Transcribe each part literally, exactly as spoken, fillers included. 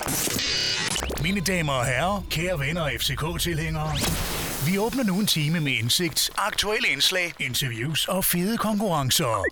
Mine damer og herrer, kære venner og F C K-tilhængere. Vi åbner nu en time med indsigt, aktuelle indslag, interviews og fede konkurrencer.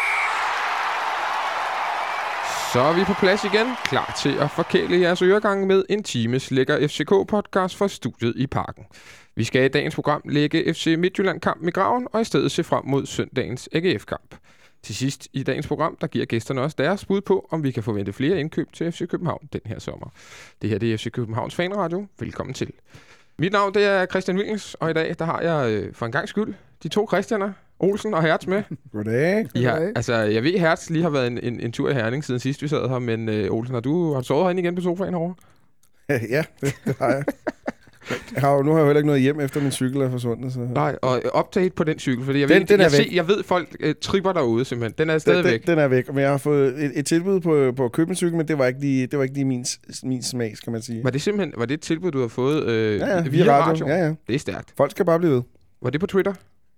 Så er vi på plads igen, klar til at forkæle jeres øregange med en times lækker F C K-podcast fra studiet i Parken. Vi skal i dagens program lægge F C Midtjylland-kampen i graven, og i stedet se frem mod søndagens A G F-kamp. Til sidst i dagens program, der giver gæsterne også deres bud på, om vi kan forvente flere indkøb til F C København den her sommer. Det her det er F C Københavns fanradio. Velkommen til. Mit navn det er Christian Wilkens, og i dag der har jeg øh, for en gang skyld de to Christianer, Olsen og Hertz med. Goddag. Ja, altså jeg ved, Hertz lige har været en, en, en tur i Herning siden sidst vi sad her, men øh, Olsen, har du, har du sovet herinde igen på sofaen herovre? Ja, det, det har jeg. jeg har jo, nu har jeg jo heller ikke noget hjem efter min cykel er forsvundet. Så. Nej, og update på den cykel, fordi jeg, den, ved, den jeg, er se, jeg ved, folk øh, tripper derude simpelthen. Den er stadig den, væk. Den, den er væk, men jeg har fået et, et tilbud på, på at købe en cykel, men det var ikke lige, det var ikke lige min, min smag, skal man sige. Var det simpelthen var det et tilbud, du har fået øh, ja, ja, via, via radio? radio? Ja, ja. Det er stærkt. Folk skal bare blive ved. Var det på Twitter?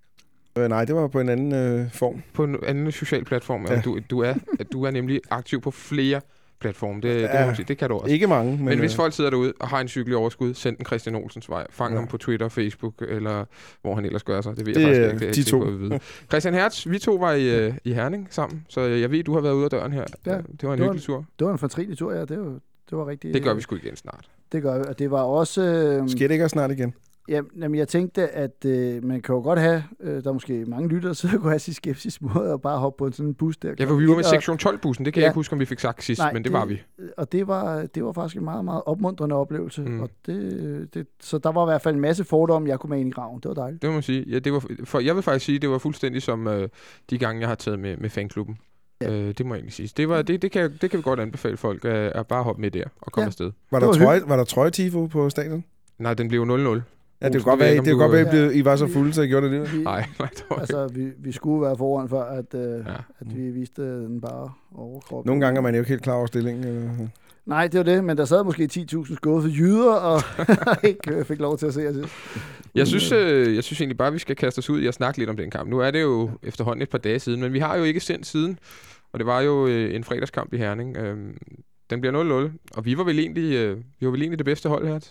Øh, nej, det var på en anden øh, form. På en anden social platform. Ja. Du, du, er, du er nemlig aktiv på flere platforme. Det, ja, det, det kan du også. Ikke mange. Men, men hvis øh... folk sidder derude og har en cykel i overskud, send den Christian Olsens vej. Fang ja. ham på Twitter, Facebook, eller hvor han ellers gør sig. Det ved det, jeg faktisk ikke. Det, de to. At vide. Christian Hertz, vi to var i, uh, i Herning sammen, så jeg ved, du har været ude af døren her. Ja, det var en det hyggelig tur. Det var en fortrinlig tur, ja. Det var, det var rigtig... Det gør vi sgu igen snart. Det gør vi, og det var også... Øh... Sker det ikke snart igen? Jamen, jeg tænkte, at øh, man kan jo godt have, øh, der er måske mange lyttere, så kunne have sin skepsis mod at bare hoppe på en sådan en bus der. Ja, for vi var med sektion tolv-bussen, det kan ja. jeg ikke huske, om vi fik sagt sidst, Nej, men det, det var vi. Og det var, det var faktisk en meget, meget opmuntrende oplevelse. Mm. Og det, det, så der var i hvert fald en masse fordomme, jeg kunne med ind i graven. Det var dejligt. Det må man sige. Ja, det var, for jeg vil faktisk sige, det var fuldstændig som øh, de gange, jeg har taget med, med fanklubben. Ja. Øh, det må jeg egentlig sige. Det, var, det, det, kan, det kan vi godt anbefale folk, at, at bare hoppe med der og komme ja. afsted. Var der, trøje, var der trøje-tifo på stadion? Nej, den blev nul nul. Ja, det kunne godt være, det kunne godt være, at I var så fulde, så I gjorde det lige. Nej, nej, det var altså, vi, vi skulle være foran før, at, øh, ja. at vi viste den bare overkrop. Nogle gange er man jo ikke helt klar over stillingen. Eller? Nej, det var det, men der sad måske ti tusind skuffede jyder, og ikke fik lov til at se os. Jeg synes, øh, jeg synes egentlig bare, at vi skal kaste os ud i at snakke lidt om den kamp. Nu er det jo efterhånden et par dage siden, men vi har jo ikke sendt siden, og det var jo øh, en fredagskamp i Herning. Øh, den bliver nul nul, og vi var vel egentlig, øh, vi var vel egentlig det bedste hold her.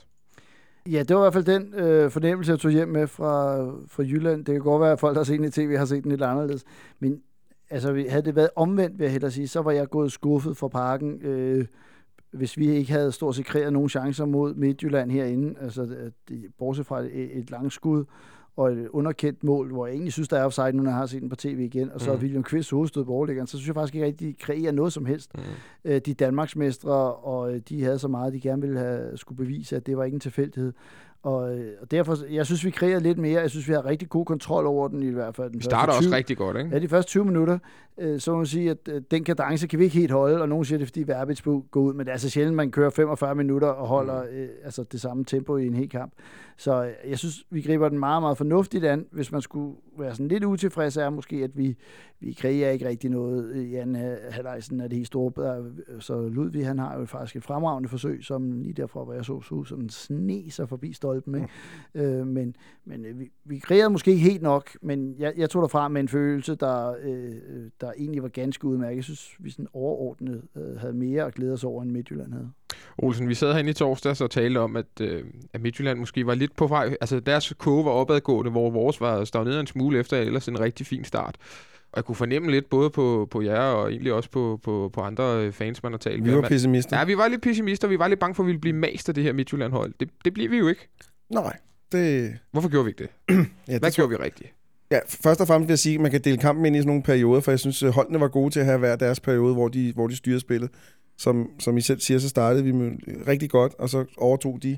Ja, det var i hvert fald den øh, fornemmelse, jeg tog hjem med fra, fra Jylland. Det kan godt være, at folk, der har set den i tv, har set den lidt anderledes. Men altså, havde det været omvendt, vil jeg hellere sige, så var jeg gået skuffet fra Parken, øh, hvis vi ikke havde stort set kreeret nogen chancer mod Midtjylland herinde. Altså, det, bortset fra et, et langskud og et underkendt mål, hvor jeg egentlig synes, der er offside, nu når jeg har set den på tv igen, og så mm. William Kvist hovedstød på overlæggeren, så synes jeg faktisk ikke rigtig, de kreerer noget som helst. Mm. Øh, de Danmarksmestre, og de havde så meget, de gerne ville have skulle bevise, at det var ikke en tilfældighed. Og, og derfor, jeg synes, vi kreerer lidt mere. Jeg synes, vi har rigtig god kontrol over den, i hvert fald. Den vi starter også rigtig godt, ikke? Ja, de første tyve minutter. Øh, så må man sige, at øh, den kadence kan vi ikke helt holde, og nogen siger det, fordi Verbitz går ud, men det er altså sjældent, man kører femogfyrre minutter og holder øh, altså det samme tempo i en hel kamp. Så øh, jeg synes, vi griber den meget, meget fornuftigt an. Hvis man skulle være sådan lidt utilfreds, er måske, at vi, vi kreerer ikke rigtig noget i anden halvleg, er det helt store. Så Ludvig, han har jo faktisk et fremragende forsøg, som lige derfra, hvor jeg så, så ud som en sneser forbi stolpen. Ikke? Mm. Øh, men men øh, vi, vi kreerede måske ikke helt nok, men jeg, jeg tog derfra med en følelse, der, øh, der egentlig var ganske udmærket. Jeg synes, vi sådan overordnet øh, havde mere at glæde os over, end Midtjylland havde. Olsen, vi sad herinde i torsdags og talte om, at, øh, at Midtjylland måske var lidt på vej. Altså deres kurve var opadgående, hvor vores var stagnet en smule efter ellers en rigtig fin start. Og jeg kunne fornemme lidt både på, på jer og egentlig også på, på, på andre fans, man har talt med. Vi var pessimister. Ja, vi var lidt pessimister. Vi var lidt bange for, at vi ville blive mast af det her Midtjylland-hold. Det, det bliver vi jo ikke. Nej. Det... Hvorfor gjorde vi ikke det? ja, Hvad det gjorde vi rigtigt? Ja, først og fremmest vil jeg sige, at man kan dele kampen ind i sådan nogle perioder, for jeg synes, at holdene var gode til at have hver deres periode, hvor de, hvor de styrede spillet. Som, som I selv siger, så startede vi med rigtig godt, og så overtog de,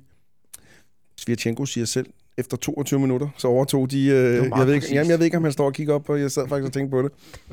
Svirchenko siger selv, efter toogtyve minutter, så overtog de, øh, jeg, ved ikke, jamen, jeg ved ikke, om han står og kigger op på, jeg sad faktisk og tænkte på det,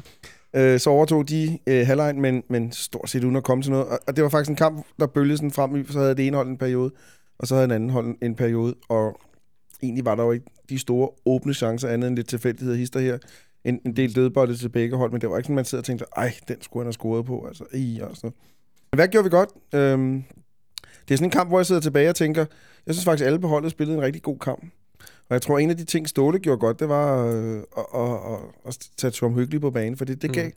øh, så overtog de øh, halvlejen, men, men stort set uden at komme til noget, og, og det var faktisk en kamp, der bølgede sådan frem, så havde det ene hold en periode, og så havde den anden hold en periode, og egentlig var der jo ikke de store åbne chancer, andet end lidt tilfældighed hister her, en, en del dødbolde til begge hold, men det var ikke sådan, man sidder og tænkte, ej, den skulle han have scoret på, altså, i og sådan. Men hvad gjorde vi godt? Øhm, det er sådan en kamp, hvor jeg sidder tilbage og tænker, jeg synes faktisk, at alle på holdet spillede en rigtig god kamp. Og jeg tror, en af de ting, Ståle gjorde godt, det var øh, at, at, at, at tage Tom Høgli på banen, for det, det, gav, mm.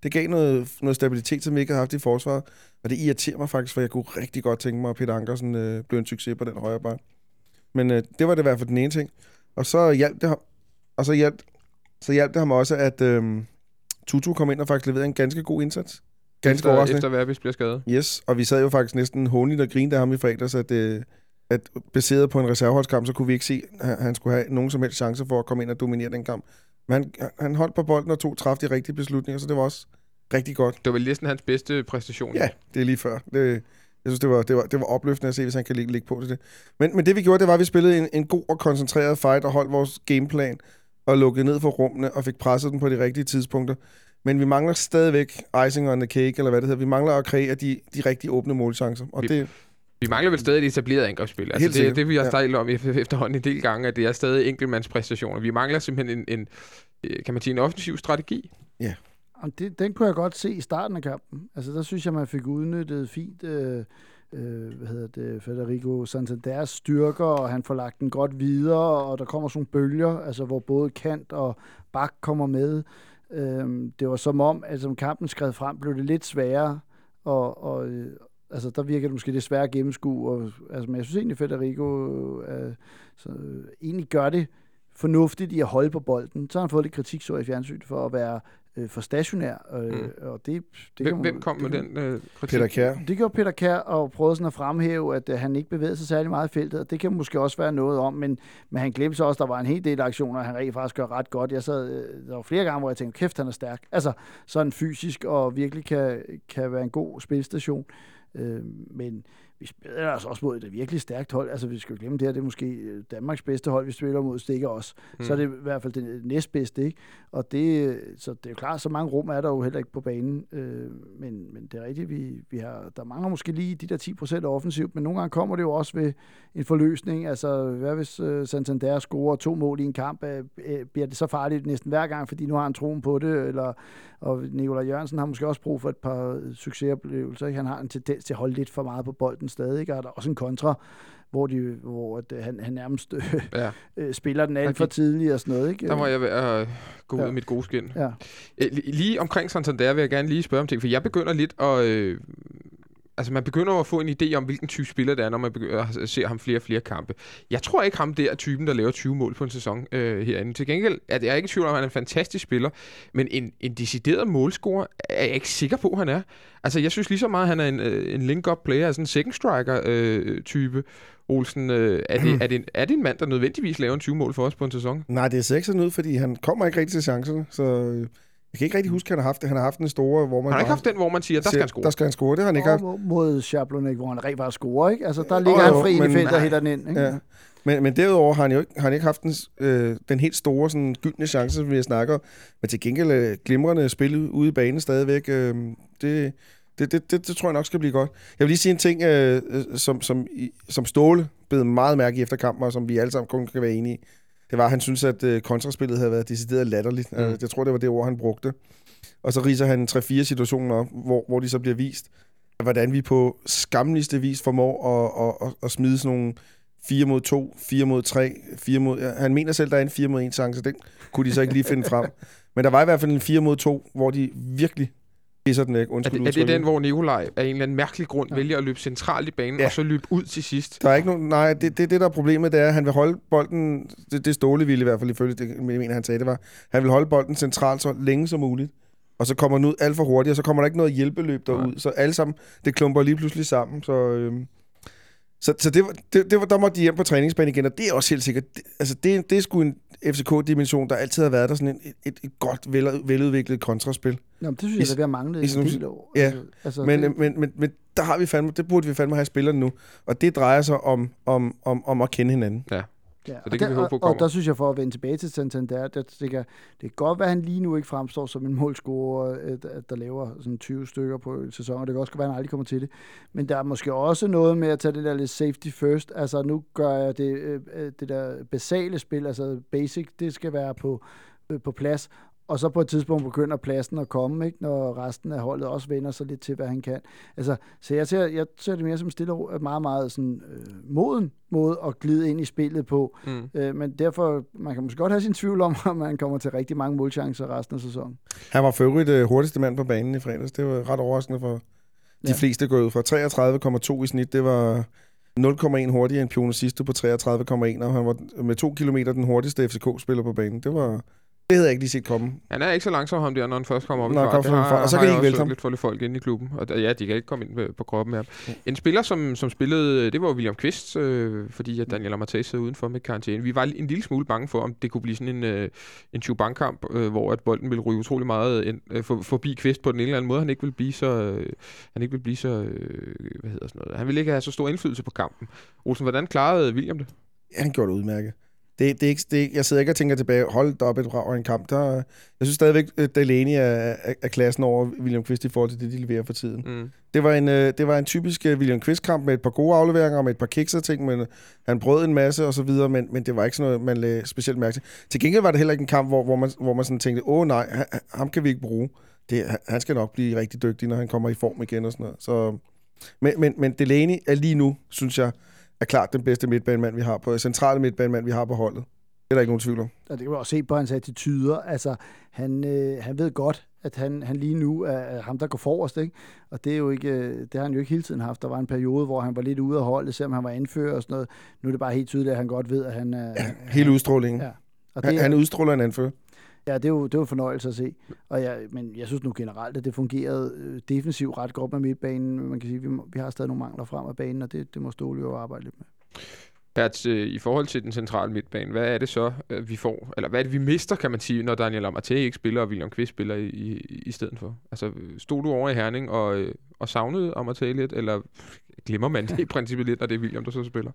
det gav noget, noget stabilitet, som vi ikke havde haft i forsvaret. Og det irriterer mig faktisk, for jeg kunne rigtig godt tænke mig, at Peter Ankersen øh, blev en succes på den højre bar. Men øh, det var det i hvert fald den ene ting. Og så hjalp det ham, og så hjalp, så hjalp det ham også, at øh, Tutu kom ind og faktisk leverede en ganske god indsats. Ganske efter, efter Verbis bliver skadet. Yes, og vi sad jo faktisk næsten hånligt og grinede af ham i fredags, at, øh, at baseret på en reserveholdskamp, så kunne vi ikke se, at han skulle have nogen som helst chance for at komme ind og dominere den kamp. Men han, han holdt på bolden og tog træf de rigtige beslutninger, så det var også rigtig godt. Det var vel næsten hans bedste præstation. Ja, det er lige før. Det, jeg synes, det var, det, var, det var opløftende at se, hvis han kan ligge, ligge på til det. Men, men det vi gjorde, det var, at vi spillede en, en god og koncentreret fight og holdt vores gameplan og lukkede ned for rummene og fik presset dem på de rigtige tidspunkter. Men vi mangler stadigvæk icing on the cake, eller hvad det hedder. Vi mangler at kreere de, de rigtig åbne målchancer. Og vi, det, vi mangler vel stadig et etableret angrebsspil. Altså det er det, vi har talt ja. om efterhånden en del gange, at det er stadig enkeltmandspræstationer. Vi mangler simpelthen en, en, kan man sige, en offensiv strategi. Ja. Det, den kunne jeg godt se i starten af kampen. Altså der synes jeg, man fik udnyttet fint øh, øh, hvad hedder det, Federico Santanders styrker, og han får lagt den godt videre, og der kommer sådan nogle bølger, altså hvor både kant og bak kommer med. Øhm, det var som om, at som kampen skred frem, blev det lidt sværere, og, og øh, altså, der virker det måske lidt svært at gennemskue, og, altså, men jeg synes egentlig, Federico øh, så, øh, egentlig gør det fornuftigt i at holde på bolden. Så har han fået lidt kritik, så i fjernsynet, for at være øh, for stationær. Øh, mm. og det, det hvem, man, hvem kom det, med den øh, kritik? Peter Kjær. Det gjorde Peter Kjær, og prøvede sådan at fremhæve, at øh, han ikke bevægede sig særlig meget i feltet, og det kan måske også være noget om, men, men han glemte så også, at der var en hel del aktioner, og han rent faktisk gør ret godt. Jeg sad, øh, der var flere gange, hvor jeg tænkte, kæft, han er stærk. Altså sådan fysisk, og virkelig kan, kan være en god spilstation. Øh, men vi spiller altså også mod et virkelig stærkt hold. Altså, vi skal jo glemme det her, det er måske Danmarks bedste hold, vi spiller mod, stikker os. Mm. Så er det i hvert fald det næstbedste, ikke? Og det, så det er jo klart, så mange rum er der jo heller ikke på banen. Øh, men, men det er rigtigt, vi, vi har, der mangler måske lige de der ti procent offensivt, men nogle gange kommer det jo også ved en forløsning. Altså, hvad hvis uh, Santander scorer to mål i en kamp? Uh, bliver det så farligt næsten hver gang, fordi nu har han troen på det? Eller, og Nikolaj Jørgensen har måske også brug for et par succesoplevelser. Ikke? Han har en tendens til at holde lidt for meget på bolden stadig, ikke? Og der er også en kontra, hvor, de, hvor at, han, han nærmest ja. øh, spiller den alt for tidligt og sådan noget. Ikke? Der må jeg være uh, gå ud ja. af mit gode skin. Ja. Lige omkring Santander vil jeg gerne lige spørge om ting, for jeg begynder lidt at... Øh, altså man begynder at få en idé om, hvilken type spiller det er, når man begynder at se ham flere og flere kampe. Jeg tror ikke ham der er typen, der laver tyve mål på en sæson øh, herinde. Til gengæld er jeg ikke i tvivl om, at han er en fantastisk spiller, men en, en decideret målscorer er jeg ikke sikker på, han er. Altså jeg synes lige så meget, at han er en, en link-up player, altså en second striker-type. Øh, Olsen, øh, er, det, er, det, er det en mand, der nødvendigvis laver en tyve mål for os på en sæson? Nej, det er sekseren ud, fordi han kommer ikke rigtig til chancerne, så... Øh Jeg kan ikke rigtig huske, at han har haft det. Han har haft en store, hvor man... Han har ikke haft den, hvor man siger, der skal han score. Der skal han score, det har han ikke haft. Mod Schablonek, hvor han rent var score, ikke? Altså, der ligger oh, han fri i feltet og hætter den ind, ikke? Ja. Men, men derudover har han jo ikke, har han ikke haft den, øh, den helt store, sådan, gyldne chance, som vi snakker. Men til gengæld øh, glimrende spil ude i banen stadigvæk. Øh, det, det, det, det, det tror jeg nok skal blive godt. Jeg vil lige sige en ting, øh, som, som, som Ståle bed meget mærke i efter kampen, og som vi alle sammen kun kan være enige i. Det var, at han synes, at øh, kontraspillet havde været decideret latterligt. Mm. Altså, jeg tror, det var det ord, han brugte. Og så riser han tre-fire situationer op, hvor, hvor de så bliver vist, hvordan vi på skamligste vis formår at, at, at, at smide sådan nogle fire mod to, fire mod tre, fire mod... Ja, han mener selv, der er en fire mod en chance, den kunne de så ikke lige finde frem. Men der var i hvert fald en fire mod to, hvor de virkelig... Den ikke. Undskyld, er, det, er det den, hvor Nikolaj af en eller anden mærkelig grund ja. vælger at løbe centralt i banen, ja. og så løbe ud til sidst? Der er ikke nogen... Nej, det, det, det der er problemet, det er, at han vil holde bolden... Det, det Ståle ville i hvert fald ifølge det, jeg mener, han sagde, det var... Han vil holde bolden centralt så længe som muligt. Og så kommer den ud alt for hurtigt, og så kommer der ikke noget hjælpeløb derud. Ja. Så alle sammen, det klumper lige pludselig sammen. Så, øhm, så, så det, det, det var, der måtte de hjem på træningsbanen igen, og det er også helt sikkert... Det, altså, det, det er sgu en F C K-dimension, der altid har været der sådan et, et, et godt, vel, veludviklet kontraspil. Nå, det synes jeg, der bliver manglet i en del år. Ja, altså, altså, men, det... men, men, men der har vi fandme, det burde vi fandme have spillerne nu. Og det drejer sig om, om, om, om at kende hinanden. Ja. Ja, så det kan der, vi håbe på kommer. Og der synes jeg, for at vende tilbage til Santander, der, det, kan, det kan godt være, at han lige nu ikke fremstår som en målscorer, at der laver sådan tyve stykker på en sæson, og det kan også være, at han aldrig kommer til det. Men der er måske også noget med at tage det der lidt safety first. Altså nu gør jeg det, det der basale spil, altså basic, det skal være på, på plads. og så på et tidspunkt begynder pladsen at komme, ikke? Når resten af holdet også vender sig lidt til, hvad han kan. Altså, så jeg ser, jeg ser det mere som stille og meget, meget sådan, øh, moden måde at glide ind i spillet på. Mm. Øh, men derfor, man kan måske godt have sin tvivl om, at man kommer til rigtig mange målchancer resten af sæsonen. Han var for øvrigt øh, hurtigste mand på banen i fredags. Det var ret overraskende for de ja. fleste gået ud fra treogtredive komma to i snit. Det var nul komma en hurtigere end Pione sidste på treogtredive komma en, og han var med to kilometer den hurtigste F C K-spiller på banen. Det var... Det havde jeg ikke lige set komme. Han er ikke så langsom ham der, når han først kommer op Nå, i fart. Det har, og så kan de ikke vælte ham. Lidt for lidt folk inde i klubben. Og ja, de kan ikke komme ind på kroppen med ham. Ja. En spiller, som, som spillede, det var William Kvist, øh, fordi at Daniel Amartey sad udenfor med karantæne. Vi var en lille smule bange for, om det kunne blive sådan en, øh, en Chubank-kamp, øh, hvor at bolden ville ryge utrolig meget ind, øh, for, forbi Kvist på den ene eller anden måde. Han ikke ville blive så... Øh, han ikke ville blive så... Øh, hvad hedder sådan noget? Han ville ikke have så stor indflydelse på kampen. Olsen, hvordan klarede William det? Ja, han gjorde det udmærket. Det, det er ikke, det, jeg sidder ikke og tænker tilbage, hold op et rag af en kamp. Der, jeg synes stadigvæk, at Delaney er, er, er klassen over William Kvist i forhold til det, de leverer for tiden. Mm. Det, var en, det var en typisk William Kvist-kamp med et par gode afleveringer og med et par kikser ting, men han brød en masse og så videre, men, men det var ikke sådan noget, man lagde specielt mærke til. Til gengæld var det heller ikke en kamp, hvor, hvor, man, hvor man sådan tænkte, åh nej, ham kan vi ikke bruge. Det, han skal nok blive rigtig dygtig, når han kommer i form igen og sådan noget. Så, men, men, men Delaney er lige nu, synes jeg, er klart den bedste midtbanemand, vi har på, centrale midtbanemand, vi har på holdet. Det er der ikke nogen tvivl om. Og det kan man også se på hans attityder. Altså, han, øh, han ved godt, at han, han lige nu er ham, der går forrest, ikke? Og det er jo ikke, det har han jo ikke hele tiden haft. Der var en periode, hvor han var lidt ude af holdet, selvom han var anfører og sådan noget. Nu er det bare helt tydeligt, at han godt ved, at han er... Ja, hele udstrålingen. Ja. Og det, han, han udstråler en anfører. Ja, det er jo, det er jo en fornøjelse at se. Og jeg, men jeg synes nu generelt, at det fungerede øh, defensivt ret godt med midtbanen. Man kan sige, at vi, vi har stadig nogle mangler frem af banen, og det, det må Ståle jo arbejde lidt med. Bert, i forhold til den centrale midtbane, hvad er det så, vi får, eller hvad er det, vi mister, kan man sige, når Daniel Amartey ikke spiller, og William Kvist spiller i, i, i stedet for? Altså, stod du over i Herning og, og savnede Amartey lidt, eller glemmer man det i princippet lidt, når det er William, der så spiller?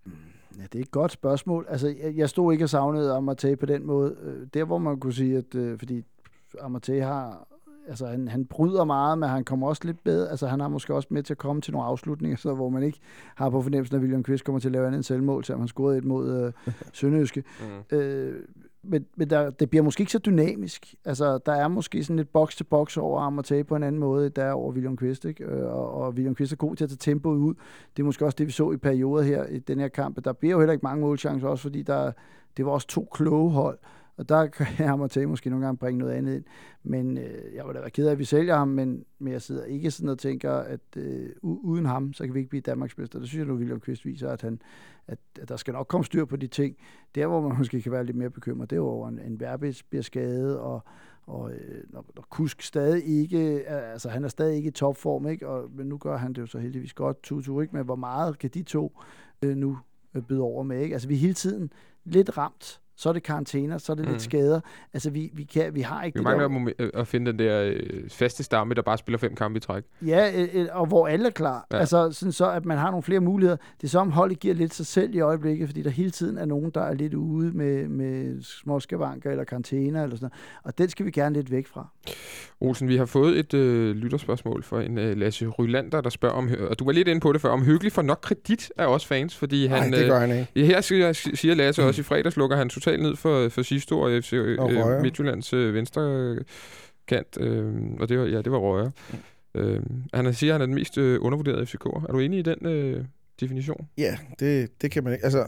Ja, det er et godt spørgsmål. Altså, jeg, jeg stod ikke og savnede Amartey på den måde. Der, hvor man kunne sige, at øh, fordi Amartey har... Altså, han, han bryder meget, men han kommer også lidt bedre. Altså, han har måske også med til at komme til nogle afslutninger, så, hvor man ikke har på fornemmelsen, at William Kvist kommer til at lave andet end selvmål, selvom han scorede et mod øh, Sønderjyske. Mm. Øh, men men der, det bliver måske ikke så dynamisk. Altså, der er måske sådan lidt box-til-box over Amartey på en anden måde, der er over William Kvist, ikke? Og, og William Kvist er god til at tage tempoet ud. Det er måske også det, vi så i perioder her i den her kamp. Der bliver jo heller ikke mange målchancer, også fordi der, det var også to kloge hold. Og der kan Amartey måske nogle gange bringe noget andet ind. Men øh, jeg var da være ked af, at vi sælger ham, men, men jeg sidder ikke sådan og tænker, at øh, uden ham, så kan vi ikke blive Danmarksmester. Det synes jeg nu, William Kvist viser, at, han, at, at der skal nok komme styr på de ting. Der, hvor man måske kan være lidt mere bekymret, det er over en, en Verbitz bliver skadet, og, og øh, når, når Kusk stadig ikke, altså han er stadig ikke i topform, ikke? Og, men nu gør han det jo så heldigvis godt, Tutu, ikke? Men hvor meget kan de to øh, nu øh, byde over med, ikke? Altså vi er hele tiden lidt ramt. Så er det karantæner, så er det mm. lidt skader. Altså, vi, vi, kan, vi har ikke... Vi mangler der... at finde den der øh, faste stamme, der bare spiller fem kampe i træk. Ja, øh, og hvor alle er klar. Ja. Altså, sådan så, at man har nogle flere muligheder. Det er så, om holdet giver lidt sig selv i øjeblikket, fordi der hele tiden er nogen, der er lidt ude med, med småskavanker eller karantæner eller sådan noget. Og den skal vi gerne lidt væk fra. Olsen, vi har fået et øh, lytterspørgsmål fra en øh, Lasse Rylander, der spørger om... Og du var lidt inde på det før, om Hyggelig får nok kredit af os fans, fordi han... Nej, det gør han ikke. Øh, her siger, siger Lasse mm. også, i fredags lukker han totalt ned for, for sidste år i F C øh, Midtjyllands øh, venstre kant, øh, og det var, ja, det var Røger. Mm. Øh, han siger, at han er den mest øh, undervurderede F C K'er. Er du enig i den øh, definition? Ja, det, det kan man ikke. Altså,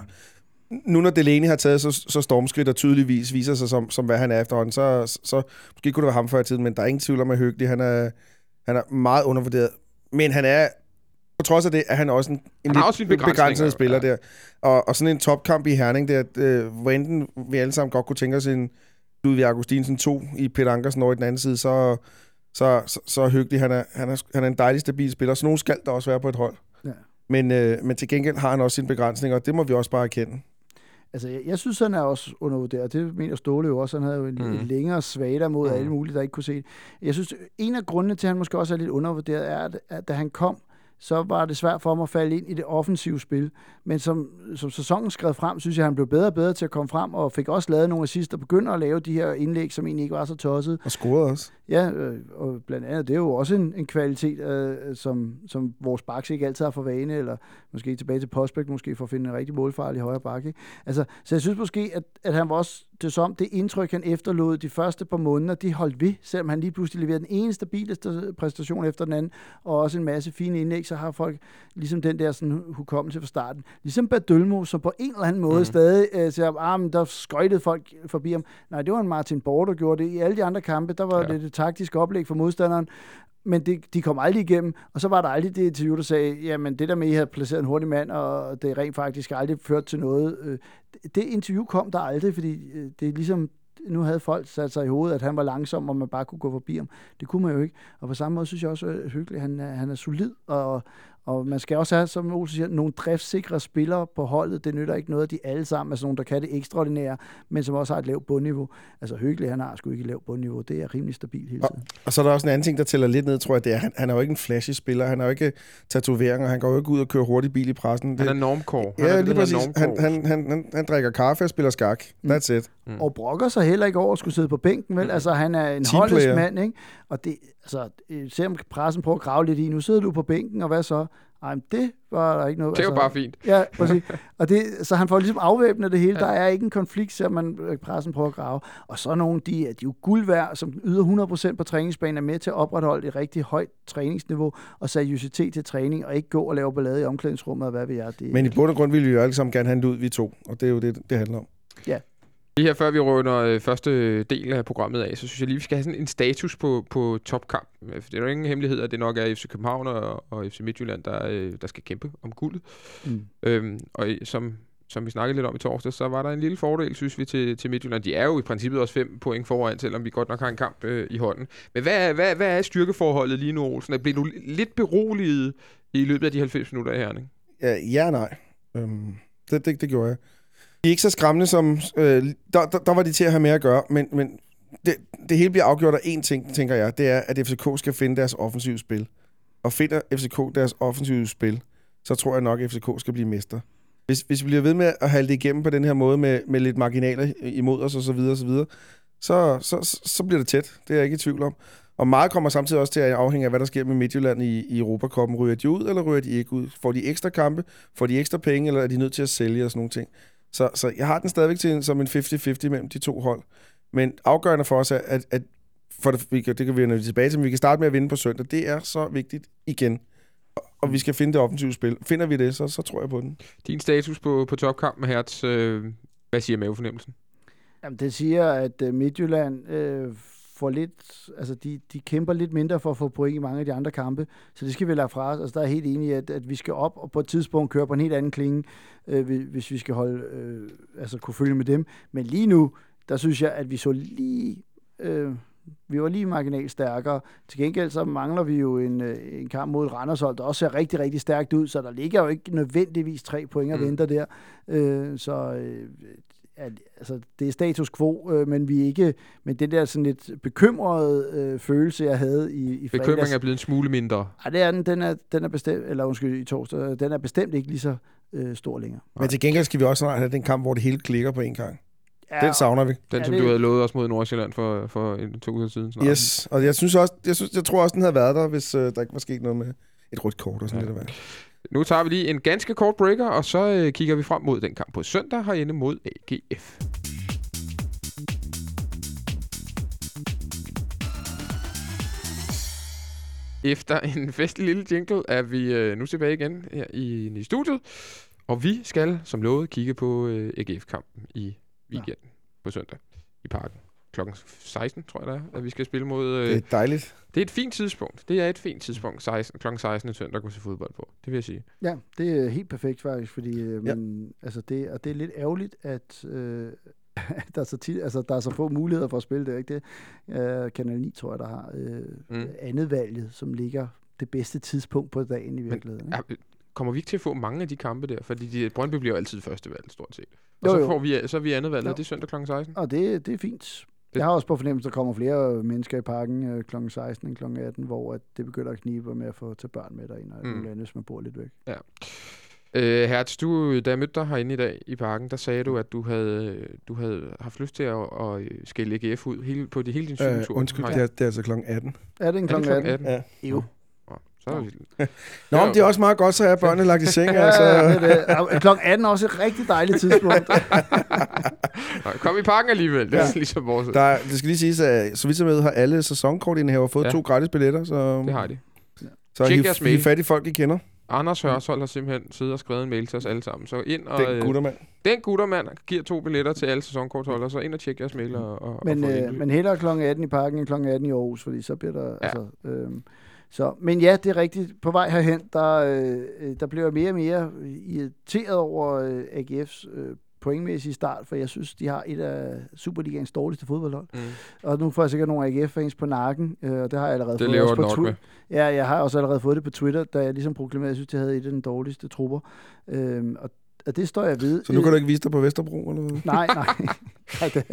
nu når Delaney har taget så, så stormskridt og tydeligvis viser sig som, som hvad han er efterhånden, så, så, så måske kunne det være ham før i tiden, men der er ingen tvivl om, at Hyggelig, han er, han er meget undervurderet. Men han er, på trods af det, er han også en, en lidt begrænset spiller ja. der. Og, og sådan en topkamp i Herning, der, øh, hvor enten vi alle sammen godt kunne tænke os en Ludvig Augustinsen to i Peter Ankersen over i den anden side, så, så, så, så er Hyggelig, han er, han, er, han er en dejlig stabil spiller. Så nogen skal der også være på et hold. Ja. Men, øh, men til gengæld har han også sine begrænsninger, og det må vi også bare erkende. Altså, jeg, jeg synes, han er også undervurderet. Det mener Ståle jo også. Han havde jo en, mm. en længere svagere mod mm. alle mulige, der ikke kunne se det. Jeg synes, en af grundene til, at han måske også er lidt undervurderet, er, at, at da han kom så var det svært for mig at falde ind i det offensive spil. Men som, som sæsonen skred frem, synes jeg, han blev bedre og bedre til at komme frem, og fik også lavet nogle assist, og begynder at lave de her indlæg, som egentlig ikke var så tosset. Og scorede også. Ja, øh, og blandt andet, det er jo også en, en kvalitet, øh, som, som vores backs ikke altid har for vane, eller måske tilbage til Postbæk, måske for at finde en rigtig målfarlig højre bakke. Altså, så jeg synes måske, at, at han var også, det som det indtryk, han efterlod de første par måneder, de holdt ved, selvom han lige pludselig leverede den ene stabileste præstation efter den anden, og også en masse fine indlæg, så har folk ligesom den der sådan, hukommelse fra starten. Ligesom Badølmo, som på en eller anden måde mm. stadig øh, siger, ah, men der skøjtede folk forbi ham. Nej, det var en Martin Borg, der gjorde det. I alle de andre kampe, der var ja. det det taktiske oplæg for modstanderen, men det, de kom aldrig igennem, og så var der aldrig det interview, der sagde, jamen det der med, at I havde placeret en hurtig mand, og det rent faktisk aldrig ført til noget. Det interview kom der aldrig, fordi det er ligesom, nu havde folk sat sig i hovedet, at han var langsom, og man bare kunne gå forbi ham. Det kunne man jo ikke. Og på samme måde synes jeg også, at hyggeligt, han er, han er solid, og, og man skal også have, som Olsen siger, nogle driftsikre spillere på holdet. Det nytter ikke noget, at de alle sammen er sådan nogle, der kan det ekstraordinære, men som også har et lavt bundniveau. Altså hyggeligt, han har sgu ikke et lavt bundniveau. Det er rimelig stabilt hele tiden. Og, og så er der også en anden ting, der tæller lidt ned, tror jeg, det er, han, han er jo ikke en flashy spiller. Han har jo ikke tatoveringer. Han går jo ikke ud og kører hurtig bil i pressen. Han er normkår. Ja, lige præcis. Han, han, han, han, han drikker kaffe og spiller skak. That's it. Mm. Og brokker sig heller ikke over at skulle sidde på bænken, vel? Mm. Altså, han er en holdets mand, ikke? Og det, altså, selvom pressen prøver at grave lidt i, nu sidder du på bænken, og hvad så? Ej, men det var der ikke noget. Det var altså, bare fint. Ja, præcis. Og det, så han får ligesom afvæbnet det hele. Ja. Der er ikke en konflikt, selvom man pressen prøver at grave. Og så nogle, de, de er jo guld værd, som yder hundrede procent på træningsbanen, er med til at opretholde et rigtig højt træningsniveau og seriøsitet til træning, og ikke gå og lave ballade i omklædningsrummet, og hvad vi er. Det, men i bund og grund vil vi jo alle sammen gerne have det ud, vi to. Og det er jo det, det handler om. Ja. Lige her før vi runder øh, første del af programmet af, så synes jeg lige, vi skal have sådan en status på, på topkamp. For det er jo ingen hemmelighed, at det nok er F C København og, og F C Midtjylland, der, øh, der skal kæmpe om guldet. Mm. Øhm, og som, som vi snakkede lidt om i torsdag, så var der en lille fordel, synes vi, til, til Midtjylland. De er jo i princippet også fem point foran, selvom vi godt nok har en kamp øh, i hånden. Men hvad, hvad, hvad er styrkeforholdet lige nu, Olsen? Bliver du lidt beroliget i løbet af de halvfems minutter her, ikke? Ja, ja nej. Øhm, det, det, det gjorde jeg. De er ikke så skræmmende som... Øh, der, der, der var de til at have med at gøre, men, men det, det hele bliver afgjort af én ting, tænker jeg. Det er, at F C K skal finde deres offensive spil. Og finder F C K deres offensive spil, så tror jeg nok, at F C K skal blive mester. Hvis, hvis vi bliver ved med at holde det igennem på den her måde, med, med lidt marginaler imod os osv., så, så, så, så, så bliver det tæt. Det er jeg ikke i tvivl om. Og meget kommer samtidig også til at afhænge af, hvad der sker med Midtjylland i, i Europacuppen. Ryger de ud, eller ryger de ikke ud? Får de ekstra kampe? Får de ekstra penge, eller er de nødt til at sælge og sådan nogle ting? Så, så jeg har den stadigvæk til som en halvtreds halvtreds mellem de to hold. Men afgørende for os er, at, at for det, det kan vi vende tilbage til, men vi kan starte med at vinde på søndag. Det er så vigtigt igen. Og, og vi skal finde det offensive spil. Finder vi det, så, så tror jeg på den. Din status på, på topkampen, Hertz. Øh, hvad siger mavefornemmelsen? Jamen, det siger, at Midtjylland øh, får lidt... Altså, de, de kæmper lidt mindre for at få point i mange af de andre kampe. Så det skal vi lade fra os. Altså, der er helt enig i, at, at vi skal op og på et tidspunkt køre på en helt anden klinge, øh, hvis vi skal holde, øh, altså, kunne følge med dem. Men lige nu, der synes jeg, at vi så lige... Øh, vi var lige marginalt stærkere. Til gengæld så mangler vi jo en, en kamp mod Randershold, der også ser rigtig, rigtig stærkt ud, så der ligger jo ikke nødvendigvis tre point og venter der. Øh, så øh, at, altså, det er status quo, øh, men vi ikke, men den der sådan lidt bekymrede øh, følelse, jeg havde i, i fredags. Bekymringen er blevet en smule mindre. Ja, det er den. Den er, den er bestemt, eller undskyld, i torsdag, den er bestemt ikke lige så øh, stor længere. Men til gengæld skal vi også have den kamp, hvor det hele klikker på en gang. Ja, den savner vi. Den, ja, som det... du havde lovet os mod Nordsjælland for, for en, to uger siden. Snart. Yes, og jeg synes også, jeg, synes, jeg tror også, den havde været der, hvis uh, der ikke var sket noget med et rødt kort og sådan ja. lidt af hvad. Nu tager vi lige en ganske kort breaker, og så øh, kigger vi frem mod den kamp på søndag herinde mod A G F. Efter en festlig lille jingle er vi øh, nu tilbage igen her i, i studiet. Og vi skal, som lovet, kigge på øh, A G F-kampen i weekenden ja. på søndag i Parken. klokken seksten, tror jeg det er, at vi skal spille mod... Øh, det er dejligt. Det er et fint tidspunkt. Det er et fint tidspunkt, seksten, klokken seksten i søndag, at gå til fodbold på. Det vil jeg sige. Ja, det er helt perfekt faktisk, fordi øh, ja. men, altså det, og det er lidt ærgerligt, at... Øh, der, er så tit, altså, der er så få muligheder for at spille det, ikke det? Uh, Kanal ni, tror jeg, der har øh, mm. andet valget, som ligger det bedste tidspunkt på dagen i virkeligheden. Men, ja, kommer vi ikke til at få mange af de kampe der? Fordi de, Brøndby bliver jo altid første valg, stort set. Og jo, så, jo. får vi, så er vi andet valg, det er søndag klokken seksten. Og det, det er fint. Jeg har også på fornemmelse, at der kommer flere mennesker i parken øh, klokken seksten og klokken atten, hvor at det begynder at knibe med at få til børn med derind, og mm. hvis man bor lidt væk. Ja. Øh, Hertz, du, da jeg mødte dig herinde i dag i parken, der sagde du, at du havde, du havde haft lyst til at, at skælde A G F ud hele, på de hele din cykeltur. Øh, undskyld, det er, det er altså klokken atten. Er det en klokken atten? atten? Ja. Jo. Så er det... Nå, men det er også meget godt, så er børnene lagt i seng. Ja, altså. det er det. Klokken atten er også et rigtig dejligt tidspunkt. Kom i parken alligevel. Det er ja. ligesom vores... Der er, det skal lige siges, at så vidt jeg ved, har alle sæsonkortindehaver fået ja. to gratis billetter. Så, det har de. Så I, I fattige folk, I kender. Anders Hørsholt har simpelthen siddet og skrevet en mail til os alle sammen. Så ind og... Den guttermand. Den guttermand giver to billetter til alle sæsonkortholdere, så ind og tjek jeres mail og, og Men, og øh, men hellere klokken atten i parken end klokken atten i Aarhus, fordi så bliver der... Ja. Altså, øh, så, men ja, det er rigtigt. På vej herhen, der, øh, der bliver jeg mere og mere irriteret over øh, A G F's øh, pointmæssige start, for jeg synes, de har et af Superligaens dårligste fodboldhold. Mm. Og nu får jeg sikkert nogle A G F-fans på nakken, øh, og det har jeg allerede det fået også på Twitter. Ja, jeg har også allerede fået det på Twitter, da jeg ligesom proklamerede, at jeg synes, de havde et af den dårligste trupper. Øh, og, og det står jeg ved. Så nu kan du ikke vise dig på Vesterbro? Eller hvad? Nej, nej. nej det.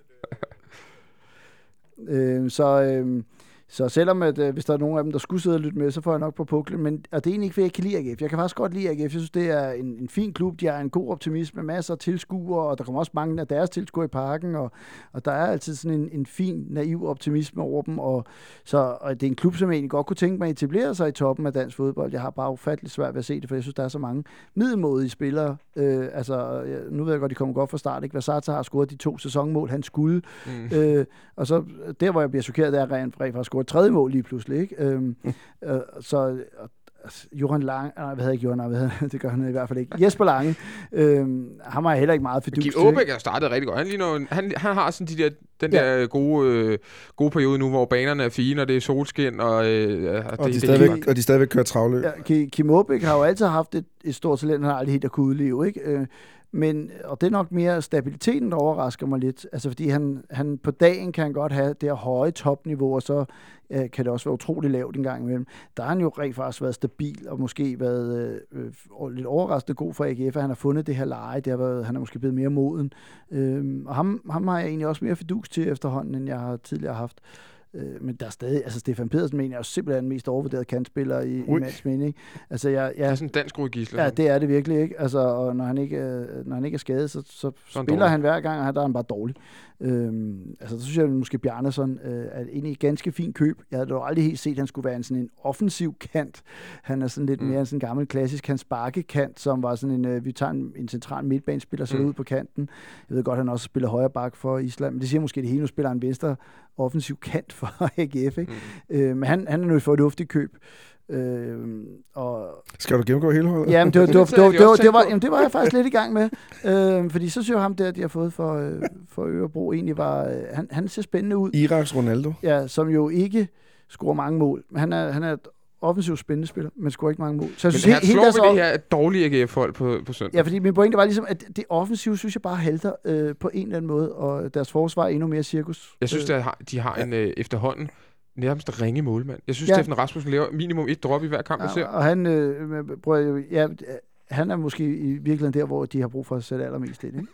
øh, så... Øh, Så selvom, at, øh, hvis der er nogen af dem, der skulle sidde og lytte med, så får jeg nok på puklen. Men, og det er egentlig ikke, fordi jeg ikke kan lide A G F. Jeg kan faktisk godt lide A G F. Jeg synes, det er en, en fin klub. De har en god optimisme, masser af tilskuere, og der kommer også mange af deres tilskuere i parken. Og, og der er altid sådan en, en fin, naiv optimisme over dem. Og, så, og det er en klub, som jeg egentlig godt kunne tænke mig at etablere sig i toppen af dansk fodbold. Jeg har bare ufatteligt svært ved at se det, for jeg synes, der er så mange middelmådige spillere. Øh, altså, nu ved jeg godt, de kommer godt fra start. Ikke? Vasata har scoret de to sæsonmål, han skulle. Mm. Øh, og så der, hvor jeg bliver chokeret, der er rent faktisk scoret tredje mål lige pludselig, ikke? Øhm, mm. øh, så altså, Johan Lange, nej, hvad hedder ikke Johan, nej, hvad hedder, det gør han i hvert fald ikke. Jesper Lange, øhm, ham har jeg heller ikke meget fidus til. Kim Aabæk har startet rigtig godt. Han, lige nu, han, han har sådan de der, den ja. der gode, øh, gode periode nu, hvor banerne er fine, og det er solskin, og, øh, og, det, de, stadigvæk, og de stadigvæk kører travløb. Ja, Kim Aabæk har jo altid haft et, et stort talent, han har aldrig helt at kunne udleve, ikke? Øh, Men, og det er nok mere stabiliteten, der overrasker mig lidt. Altså, fordi han, han på dagen kan han godt have det her høje topniveau, og så øh, kan det også være utrolig lavt en gang imellem. Der har han jo rent faktisk været stabil, og måske været øh, lidt overraskende god for A G F, at han har fundet det her leje. Det har været, han er måske blevet mere moden. Øh, og ham, ham har jeg egentlig også mere fidus til efterhånden, end jeg har tidligere haft. Men der er stadig, altså Stefan Pedersen mener jeg er simpelthen den mest overvurderede kantspiller i, i mands mening. Altså jeg, jeg, det er sådan en dansk Rui Gisler. Ja, det er det virkelig, ikke? Altså, og når han ikke, når han ikke er skadet, så, så spiller dårlig. han hver gang, og der er han bare dårlig. Øhm, altså, så synes jeg, at måske Bjarnason øh, er egentlig et ganske fint køb. Jeg havde dog aldrig helt set, at han skulle være en sådan en offensiv kant. Han er sådan lidt mm. mere en sådan gammel klassisk Hans Bakke-kant, som var sådan en, øh, vi tager en, en central midtbanespiller, så mm. ud på kanten. Jeg ved godt, at han også spiller højre bak for Island, men det siger måske det hele, nu spiller han venstre offensiv kant for A G F, ikke? Mm. Øh, men han, han er nu et fornuftigt køb. Øh, og skal du gennemgå hele holdet? Jamen, det var, det var, det var, det var, det var, jamen, det var jeg faktisk lidt i gang med. Øh, fordi så synes jeg ham der, de har fået for, øh, for Ørebro, egentlig var, øh, han, han ser spændende ud. Iraks Ronaldo. Ja, som jo ikke scorer mange mål. Han er, han er et offensivt spændende spiller, men scorer ikke mange mål. Så jeg men synes, her slår vi det her dårlige A G F-hold på, på søndag. Ja, fordi min pointe var ligesom, at det offensive, synes jeg bare halter øh, på en eller anden måde, og deres forsvar er endnu mere cirkus. Jeg synes, at de har en øh, efterhånden nærmest ringe målmand. Jeg synes, ja. Steffen Rasmussen laver minimum et drop i hver kamp, ja, vi ser. Og han, øh, prøver, ja, han er måske i virkeligheden der, hvor de har brug for at sætte allermest ind. Ikke?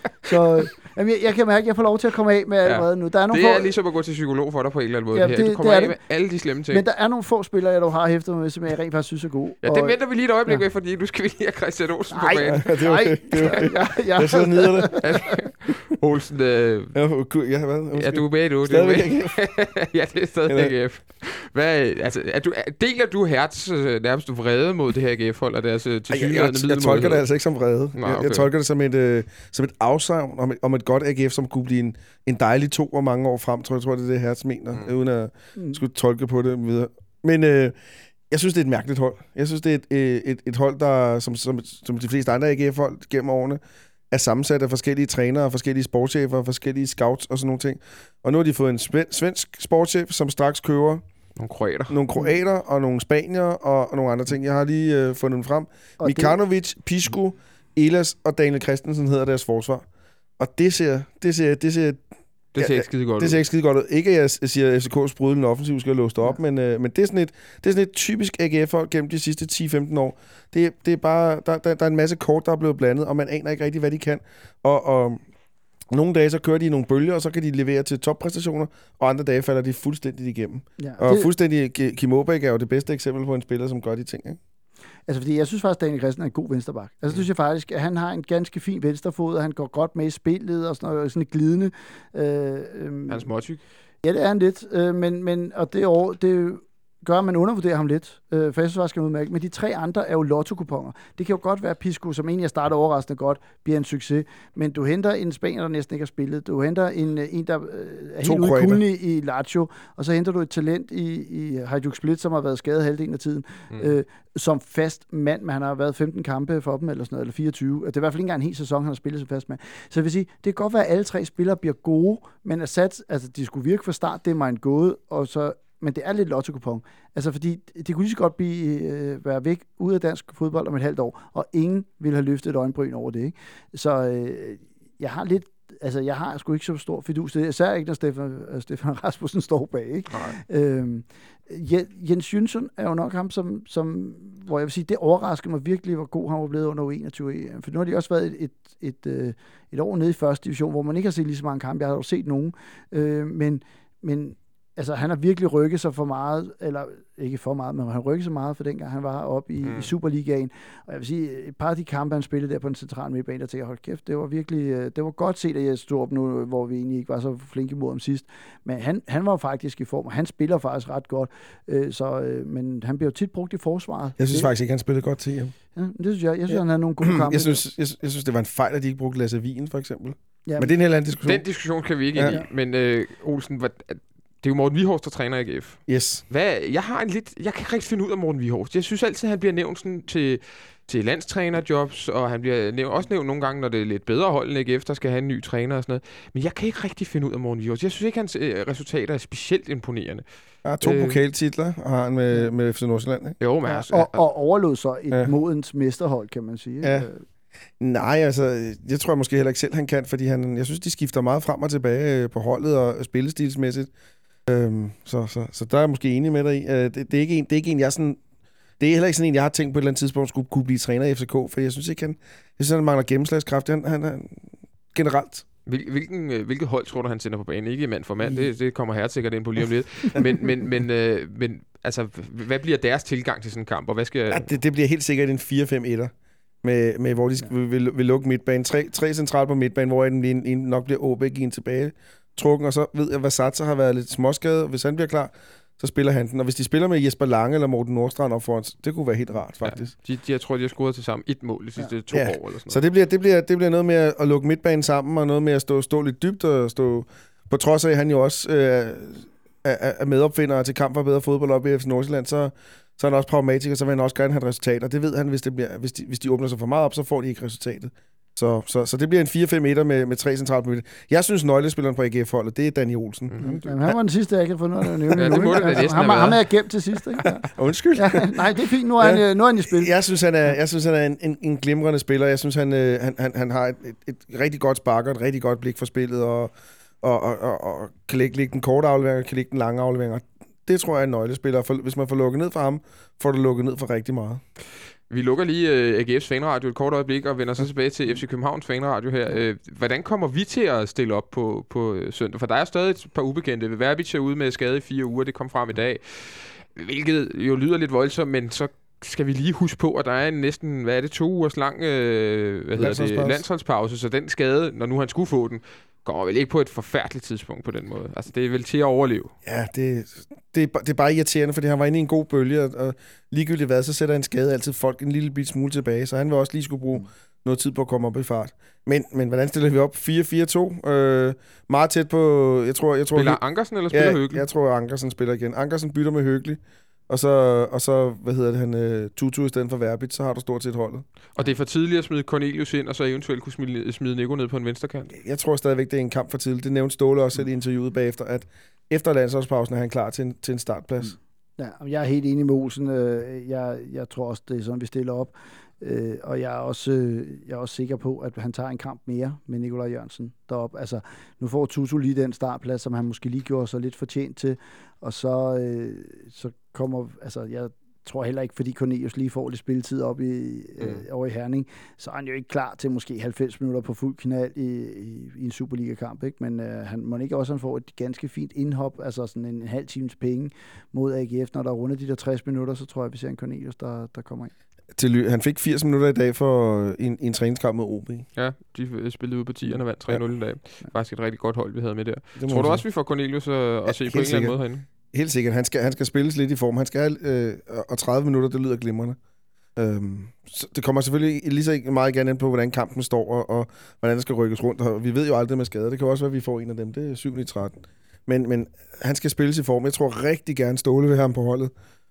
Så øh, jamen, jeg, jeg kan mærke, at jeg får lov til at komme af med allerede ja. nu. Der er nogle det er få... ligesom at gå til psykolog for dig på en eller anden måde. Ja, det det, her. Du kommer det af det. med alle de slemme ting. Men der er nogle få spillere, jeg dog har hæftet med, som jeg rent faktisk synes er gode. Ja, og... det venter vi lige et øjeblik ja. fordi nu skal vi lige have Christian Olsen nej, på banen. Ja, det er okay. Det er okay. ja, ja. Jeg sidder nede det. Olsen, øh... ja, ja, hvad? Ja, du er med nu. Stadigvæk A G F. Ja, det er stadigvæk A G F. Hvad, altså, er du, deler du Hertz øh, nærmest vrede mod det her A G F-hold og deres øh, tilsyneladende middelmådighed? Jeg, jeg tolker det altså ikke som vrede. Nej, okay. jeg, jeg tolker det som et, øh, som et afsavn om, om et godt A G F, som kunne blive en, en dejlig to og mange år frem, tror jeg, tror, det er det Hertz mener, mm. uden at mm. skulle tolke på det videre. Men øh, jeg synes, det er et mærkeligt hold. Jeg synes, det er et, et, et hold, der, som, som, som de fleste andre A G F-hold gennem årene, er sammensat af forskellige trænere, forskellige sportschefer, forskellige scouts og sådan nogle ting. Og nu har de fået en svensk sportschef, som straks køber nogle kroater, nogle kroater og nogle spanier og, og nogle andre ting. Jeg har lige øh, fundet dem frem. Og Mikanovic, det... Pisco, Elas og Daniel Christensen hedder deres forsvar. Og det ser, det ser, det ser, det ser ikke skide godt ud. Det ser ikke skide godt ud. Ikke at jeg siger, at F C K's sprudlende offensiv skal låse op, ja. men, øh, men det er sådan et, det er sådan et typisk A G F-hold gennem de sidste ti femten år. Det, det er bare, der, der, der er en masse kort, der er blevet blandet, og man aner ikke rigtig, hvad de kan. Og, og Nogle dage, så kører de i nogle bølger, og så kan de levere til toppræstationer, og andre dage falder de fuldstændig igennem. Ja, og det... fuldstændig, Kim Aabæk er jo det bedste eksempel på en spiller, som gør de ting, ikke? Altså, fordi jeg synes faktisk, at Daniel Christensen er en god vensterbak. Altså, det synes jeg faktisk, at han har en ganske fin venstrefod, og han går godt med i spillet, og sådan, noget, sådan et glidende. Øh, øh, Hans småtyk. Ja, det er han lidt, øh, men, men og det, år, det gør, at man undervurderer ham lidt, øh, for jeg synes faktisk, han er udmærket. Men de tre andre er jo lotto-kuponer. Det kan jo godt være, at Pisco, som egentlig har startet overraskende godt, bliver en succes, men du henter en spanier, der næsten ikke har spillet. Du henter en, en der øh, er helt ude i kulden i, i Lazio, og så henter du et talent i, i Hajduk Split, som har været skadet halvdelen af tiden, mm. øh, som fast mand, men han har været femten kampe for dem, eller sådan noget, eller fireogtyve. Det er i hvert fald ikke engang en hel sæson, han har spillet som fast mand. Så jeg vil sige, det kan godt være, at alle tre spillere bliver gode, men at sats, altså de skulle virke fra start, det er mig en gåde, og så men det er lidt lotto-kupon. Altså, fordi det kunne lige så godt blive, øh, være væk ud af dansk fodbold om et halvt år, og ingen ville have løftet et øjenbryn over det, ikke? Så øh, jeg har lidt, altså, jeg har sgu ikke så stor fidus til det. Især ikke, når Stefan, Stefan Rasmussen står bag, ikke? Øhm, Jens Jønsson er jo nok ham, som, som, hvor jeg vil sige, det overraskede mig virkelig, hvor god han var blevet under U enogtyve. For nu har de også været et, et, et, et år nede i første division, hvor man ikke har set lige så mange kampe. Jeg har jo set nogen, øh, men, men altså, han har virkelig rykket sig for meget, eller ikke for meget, men han rykkede sig meget for dengang han var oppe i, mm. i Superligaen. Og jeg vil sige, et par af de kampe, han spillede der på den centrale midtbane, der tænkte jeg, hold kæft, det var virkelig, det var godt set, at jeg stod op nu, hvor vi egentlig ikke var så flinke mod ham sidst. Men han, han var faktisk i form, og han spiller faktisk ret godt. Så, men han bliver jo tit brugt i forsvaret. Jeg synes det, faktisk ikke, han spillede godt til ham. Ja, det synes jeg. Jeg synes, ja. han havde nogle gode kampe. Jeg synes, jeg, jeg synes, det var en fejl, at de ikke brugte Lasse Wien, for eksempel. Ja, men det er en helt anden diskussion. Den diskussion kan vi ikke ja. ind i. Men øh, Olsen, hvad... Det er jo Morten Wieghorst, der træner i A G F. Yes. Hvad, jeg har en lidt... Jeg kan ikke rigtig finde ud af Morten Wieghorst. Jeg synes altid, han bliver nævnt sådan til, til landstrænerjobs, og han bliver nævnt, også nævnt nogle gange, når det er lidt bedre hold end A G F, der skal have en ny træner og sådan noget. Men jeg kan ikke rigtig finde ud af Morten Wieghorst. Jeg synes ikke, hans øh, resultater er specielt imponerende. Ja, to øh, pokaltitler har han med, med F C Nordsjælland, ikke? Jo, men ja, altså, og, og overlod så et ja. modens mesterhold, kan man sige. Ja. Nej, altså, jeg tror jeg måske heller ikke selv, han kan, fordi han, jeg synes, de skifter meget frem og tilbage på holdet og spillestilsmæssigt. Øhm, så, så, så der er jeg måske enig med dig i. Øh, det, det, er ikke en, det er ikke en, jeg sådan... Det er heller ikke sådan en, jeg har tænkt på et eller andet tidspunkt, skulle kunne blive træner i F C K, for jeg synes ikke, han, jeg synes, han mangler gennemslagskraft. Han, han, han, generelt. Hvil, hvilken, hvilket hold tror du, han sender på banen? Ikke mand for mand, det, det kommer her sikkert ind på lige om lidt. Men, men, men, øh, men altså, hvad bliver deres tilgang til sådan en kamp, og hvad skal... Ja, det, det bliver helt sikkert en fire fem etter. Med, med, hvor de skal, vil, vil, vil lukke midtbanen. Tre, tre centralt på midtbanen, hvor en, en, en nok bliver Aabæk i en tilbage trukken, og så ved jeg, at Vasatsa har været lidt småskadet. Hvis han bliver klar, så spiller han den. Og hvis de spiller med Jesper Lange eller Morten Nordstrand op foran, det kunne være helt rart, faktisk. Ja, de, de, jeg tror, de har scoret til sammen et mål de sidste ja. to ja. år. Eller sådan noget. Så det bliver, det, bliver, det bliver noget med at lukke midtbanen sammen, og noget med at stå, stå lidt dybt, og stå, på trods af, at han jo også øh, er, er medopfinder til kamp for bedre fodbold op i F C Nordsjælland, så, så er han også pragmatisk, og så vil han også gerne have et resultat. Og det ved han, hvis, det bliver, hvis, de, hvis de åbner sig for meget op, så får de ikke resultatet. Så, så, så det bliver en fire fem etter med, med tre centralt midte. Jeg synes, nøglespilleren på A G F-holdet, det er Danny Olsen. Mm-hmm. Jamen, han var den sidste, jeg ikke har fundet noget at nævne. Ja, det må det da næsten ham, ham er jeg gemt til sidst, ikke? Ja. Undskyld. Ja, nej, det er fint. Nu er, ja. han, nu er han i spil. Jeg synes, han er, jeg synes, han er en, en, en glimrende spiller. Jeg synes, han, han, han, han har et, et, et rigtig godt spark og et rigtig godt blik for spillet, og, og, og, og, og kan lægge, lægge den korte aflevering og kan lægge den lange aflevering. Det tror jeg er en nøglespiller. For, hvis man får lukket ned for ham, får du lukket ned for rigtig meget. Vi lukker lige uh, A G F's fanradio et kort øjeblik og vender så tilbage til F C Københavns fanradio her. Uh, hvordan kommer vi til at stille op på, på uh, søndag? For der er stadig et par ubekendte. Verbic er ude med skade i fire uger, det kom frem i dag. Hvilket jo lyder lidt voldsomt, men så skal vi lige huske på, at der er en næsten, hvad er det, to ugers lang uh, hvad hedder det, landsholdspause. Så den skade, når nu han skulle få den, går vel ikke på et forfærdeligt tidspunkt på den måde. Altså, det er vel til at overleve. Ja, det, det, det er bare irriterende, fordi han var inde i en god bølge, og ligegyldigt hvad, så sætter en skade altid folk en lille bit smule tilbage, så han vil også lige skulle bruge noget tid på at komme op i fart. Men, men hvordan stiller vi op? fire fire to. Øh, meget tæt på... Jeg tror, jeg tror, spiller Ankersen eller spiller ja, Høgli? Jeg tror, Ankersen spiller igen. Ankersen bytter med Høgli. Og så, og så, hvad hedder det, han, uh, Tutu i stedet for Verbic, så har du stort set holdet. Og det er for tidligt at smide Cornelius ind, og så eventuelt kunne smide, smide Nico ned på en venstrekant? Jeg tror stadigvæk, det er en kamp for tidligt. Det nævnte Ståle også selv i interviewet bagefter, at efter landsholdspausen er han klar til en, til en startplads. Ja, jeg er helt enig med Olsen. Jeg, jeg tror også, det er sådan, vi stiller op. Og jeg er, også, jeg er også sikker på, at han tager en kamp mere med Nikolaj Jørgensen deroppe. Altså, nu får Tutu lige den startplads, som han måske lige gjorde sig lidt fortjent til, og så, så kommer, altså, jeg tror heller ikke, fordi Cornelius lige får lidt spilletid op i, øh, Mm. over i Herning, så er han jo ikke klar til måske halvfems minutter på fuld knald i, i, i en Superliga-kamp, ikke? Men øh, han må ikke også han får et ganske fint indhop, altså sådan en, en halv times penge mod A G F, når der er rundet de der tres minutter, så tror jeg, vi ser en Cornelius, der, der kommer ind. Til, han fik firs minutter i dag for en, en træningskamp mod O B. Ja, de spillede ude på tierne og vandt tre nul i dag. Faktisk et rigtig godt hold, vi havde med der. Det Tror du også, vi får Cornelius at, at se på en eller anden måde herinde? Helt sikkert. Han skal, han skal spilles lidt i form. Han skal have, øh, og tredive minutter, det lyder glimrende. Øhm, så det kommer selvfølgelig lige så meget gerne ind på, hvordan kampen står, og, og hvordan der skal rykkes rundt. Og vi ved jo aldrig med skader. Det kan også være, at vi får en af dem. Det er syv i tretten. Men, men han skal spilles i form. Jeg tror rigtig gerne Ståle vil have ham på holdet.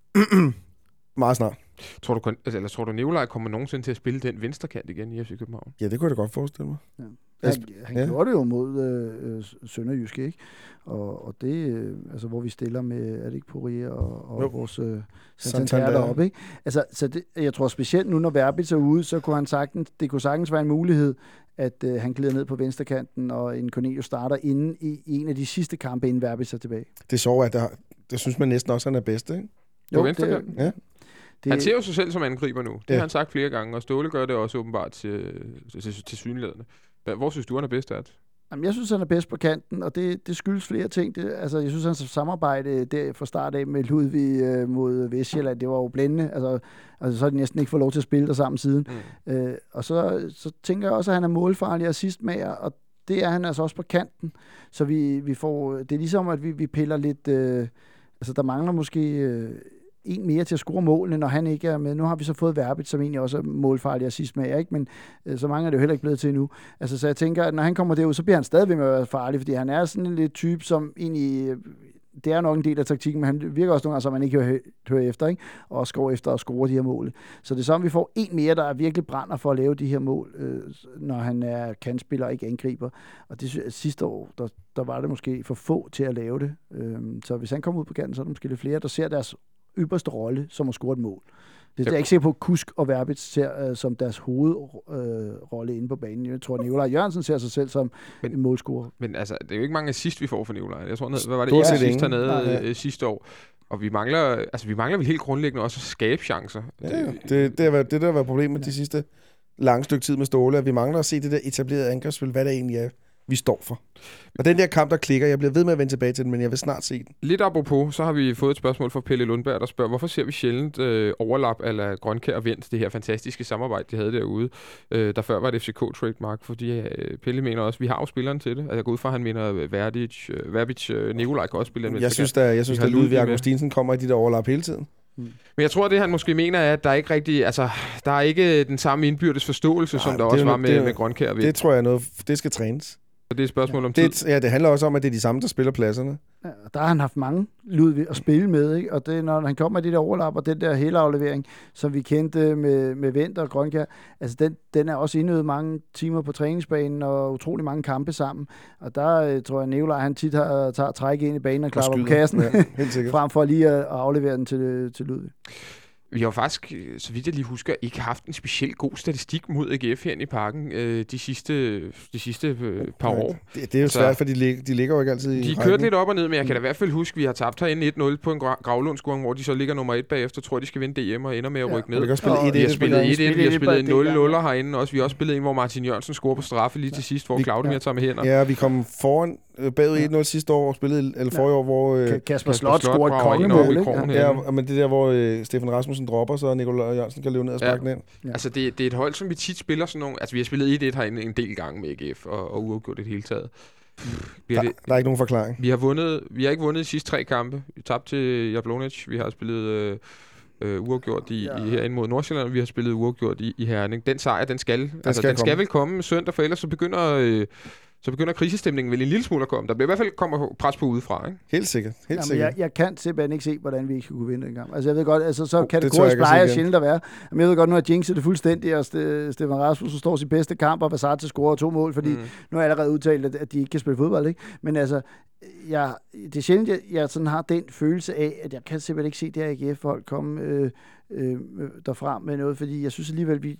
Meget snart. Tror du, eller tror du Nikolaj kommer nogensinde til at spille den venstrekant igen i F C København? Ja, det kunne jeg da godt forestille mig. Ja. Han, han ja. gjorde det jo mod øh, Sønderjyske, ikke? Og, og det, øh, altså hvor vi stiller med, er det ikke Poirier og, og vores øh, Santander deroppe, ikke? Altså, så det, jeg tror specielt nu, når Verbitz er ude, så kunne han sagtens, det kunne sagtens være en mulighed, at øh, han glider ned på venstrekanten, og en Cornelius starter inden i en af de sidste kampe, inden Verbitz er tilbage. Det er så, at der, det synes man næsten også, han er bedst, ikke? På venstrekanten? Ja. Det, han ser jo sig selv som angriber nu. Det ja. har han sagt flere gange, og Ståle gør det også åbenbart til, til, til, til synlædende. Hvor synes du, han er bedst af det? Jamen, jeg synes, han er bedst på kanten, og det, det skyldes flere ting. Det, altså, jeg synes, hans samarbejde der fra start af med Ludvig øh, mod Vestjylland, det var jo blændende. Altså, altså, så har de næsten ikke fået lov til at spille der sammen siden. Mm. Øh, og så, så tænker jeg også, at han er målfarlig og assistmager, og det er han altså også på kanten. Så vi, vi får, det er ligesom, at vi, vi piller lidt... Øh, altså, der mangler måske... Øh, en mere til at score målene, når han ikke er med. Nu har vi så fået Verbitz, som egentlig også er målfarlig assist med, ikke? Men øh, så mange er det jo heller ikke blevet til endnu. Altså, så jeg tænker, at når han kommer derud, så bliver han stadigvæk med at være farlig, fordi han er sådan en lidt type, som egentlig... Øh, det er nok en del af taktikken, men han virker også nogle gange, som man ikke hører, hører efter, ikke? Og også går efter at score de her mål. Så det er sådan, vi får en mere, der virkelig brænder for at lave de her mål, øh, når han er kantspiller og ikke angriber. Og det sidste år, der, der var det måske for få til at lave det. Øh, så hvis han kommer ud på kanten, så er der måske lidt flere, der ser deres ypperste rolle, som at score et mål. Det er jeg ikke sikker på, at Kusk og Verbitz ser uh, som deres hovedrolle uh, inde på banen. Jeg tror, Nikolaj Jørgensen ser sig selv som men, en målscorer. Men altså, det er jo ikke mange assist, vi får fra Nikolaj. Jeg tror, ned, hvad var det, det assist hernede Nej, ja. sidste år? Og vi mangler, altså, vi mangler vel helt grundlæggende også at skabe chancer. Ja, det, det, det, er, det der var problemet ja. de sidste lange stykke tid med Ståle, at vi mangler at se det der etablerede angrebsspil, hvad der egentlig er, vi står for. Og den der kamp, der klikker, jeg bliver ved med at vende tilbage til den, men jeg vil snart se den. Lidt apropos, så har vi fået et spørgsmål fra Pelle Lundberg, der spørger, hvorfor ser vi sjældent øh, overlap eller Grønkjær og Wendt, det her fantastiske samarbejde, de havde derude, øh, der før var et F C K-trademark, fordi øh, Pelle mener også, vi har jo spilleren til det. Altså jeg går ud fra, at han mener, Verdic, øh, Verbic, øh, Nikolaj kan også spille den. Jeg synes, der, jeg synes, at Ludvig Augustinsen kommer i de der overlap hele tiden. Hmm. Men jeg tror, det han måske mener er, at der er ikke rigtig, altså, der er ikke den samme indbyrdes forståelse, Nej, som der også var med, det, med Grønkjær og Wendt. Det tror jeg er noget, det skal trænes. Så det er et spørgsmål ja. om tid? Det, ja, det handler også om, at det er de samme, der spiller pladserne. Ja, der har han haft mange Ludvig at spille med, ikke? Og det, når han kommer med det der overlap og den der helaflevering, som vi kendte med, med Wendt og Grønkjær, altså den, den er også indøvet mange timer på træningsbanen og utrolig mange kampe sammen. Og der øh, tror jeg, Nikolaj, han tit har, tager træk ind i banen og klapper på kassen, ja, frem for lige at, at aflevere den til, til Ludvig. Vi har jo faktisk, så vidt jeg lige husker, ikke haft en specielt god statistik mod A G F her i Parken øh, de sidste, de sidste øh, par ja, år. Det, det er jo så svært, for de, lig, de ligger jo ikke altid i De kørte lidt op og ned, men jeg kan da i hvert fald huske, at vi har tabt herinde et nul på en Gravlundscoring, hvor de så ligger nummer et bagefter, tror de skal vinde D M og ender med at rykke ja, ned. Og vi har spillet et et, vi har spillet nul nul herinde også. Vi har også spillet en, hvor Martin Jørgensen scorer på straffe lige til sidst, hvor Claudemir ja. tager med hænder. Ja, vi kom foran bagud et nul sidste år og spillede, eller forrige år, hvor øh, Kasper Slot scorede et kongemål. Ja, men det der, hvor øh, Stefan Rasmussen dropper, så Nikolaj Jørgensen kan løbe ned og sparke ja. den ind. Ja. Altså, det, det er et hold, som vi tit spiller sådan nogle... Altså, vi har spillet et et herinde en del gange med A G F, og, og uafgjort det hele taget. Der, det, der er ikke nogen forklaring. Vi har vundet... Vi har ikke vundet de sidste tre kampe. Vi tabte til Jablonec. Vi har spillet... Øh, øh, uafgjort i, ja. i herinde mod Nordsjælland, vi har spillet uafgjort i, i Herning. Den sejr, den skal, den altså, skal, den skal vel komme søndag, for ellers så begynder, øh, så begynder krisestemningen vel en lille smule at komme. Der bliver i hvert fald kommer pres på udefra, ikke? Helt sikkert. Helt Jamen, sikkert. Jeg, jeg kan simpelthen ikke se, hvordan vi ikke skulle vinde den kamp. Altså jeg ved godt, altså så kan det kategorisk pleje sjældent at være. Men jeg ved godt, nu har Jinxet det fuldstændig, og Stefan Rasmussen står sin bedste kamp, og Basarte scorer to mål, fordi mm. nu er jeg allerede udtalt, at de ikke kan spille fodbold, ikke? Men altså, jeg, det er sjældent, jeg, jeg sådan har den følelse af, at jeg kan simpelthen ikke se det her A G F-hold komme øh, øh, derfra med noget, fordi jeg synes alligevel, vi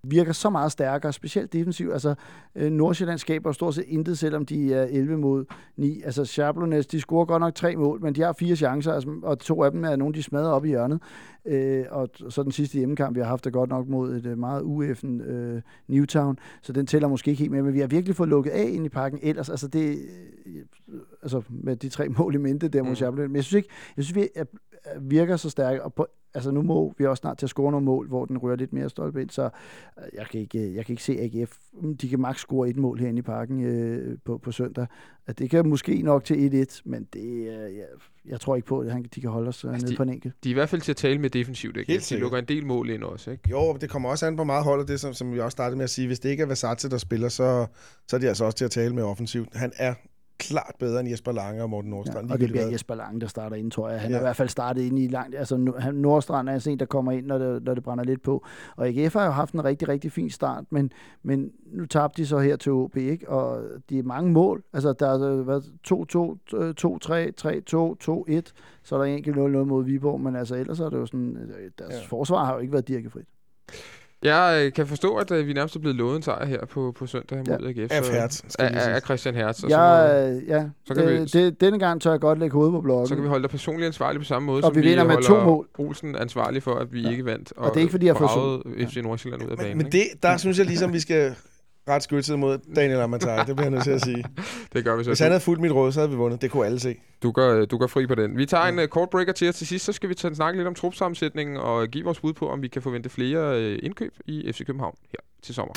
virker så meget stærkere, specielt defensivt. Altså, øh, Nordsjælland skaber stort set intet, selvom de er elleve mod ni. Altså, Schablonets, de scorer godt nok tre mål, men de har fire chancer, altså, og to af dem er nogle, de smadrer op i hjørnet. Øh, og så den sidste hjemmekamp, vi har haft det godt nok mod et øh, meget ueffen øh, Newtown, så den tæller måske ikke helt med, men vi har virkelig fået lukket af ind i parken ellers. Altså, det, øh, altså med de tre mål i mente der mod mm. Schablonets. Men jeg synes ikke, jeg synes, vi er, virker så stærke, og på, altså nu må vi også snart til at score nogle mål, hvor den rører lidt mere stolpe ind, så jeg kan ikke, jeg kan ikke se A G F. De kan maks score et mål herinde i parken øh, på, på søndag. Det kan måske nok til et et, men det, øh, jeg, jeg tror ikke på, at de kan holde os altså nede de, på en enkelt. De er i hvert fald til at tale med defensivt, ikke? Helt de lukker en del mål ind også, ikke? Jo, det kommer også an på meget holdet, det som, som vi også startede med at sige. Hvis det ikke er Versace, der spiller, så, så er de altså også til at tale med offensivt. Han er klart bedre end Jesper Lange og Morten Nordstrand. Ja, og det bliver Jesper Lange, der starter ind, tror jeg. Han ja. har i hvert fald startet ind i langt. Altså, Nordstrand er altså en, der kommer ind, når det, når det brænder lidt på. Og A G F har jo haft en rigtig, rigtig fin start, men, men nu tabte de så her til O B, ikke? Og de er mange mål. Altså, der er været to to, to tre, tre to, to et, så er der enkelt nul nul mod Viborg, men altså ellers er det jo sådan, deres ja. forsvar har jo ikke været dirkefrit. Jeg kan forstå, at vi nærmest er blevet lovet en sejr her på, på søndag mod ja. A G F. Af Hertz. Af, af Christian Hertz. Ja, så, ja. Så kan det, vi, det, denne gang tør jeg godt lægge hovedet på blokken. Så kan vi holde dig personligt ansvarlig på samme måde, og som vi, vi med to mål. Olsen ansvarlig for, at vi ja. ikke vandt. Og, og det er ikke, fordi jeg har fået F C Nordsjælland ud af banen. Men, men det, der synes jeg ligesom, vi skal ret skytset mod Daniel Amantai. Det bliver jeg nødt til at sige. Det gør vi så. Hvis han havde fulgt mit råd, så havde vi vundet. Det kunne alle se. Du går, du går fri på den. Vi tager en uh, kort breaker til, og til sidst så skal vi tage snakke lidt om trupsammensætningen og give vores bud på, om vi kan forvente flere uh, indkøb i F C København her til sommer.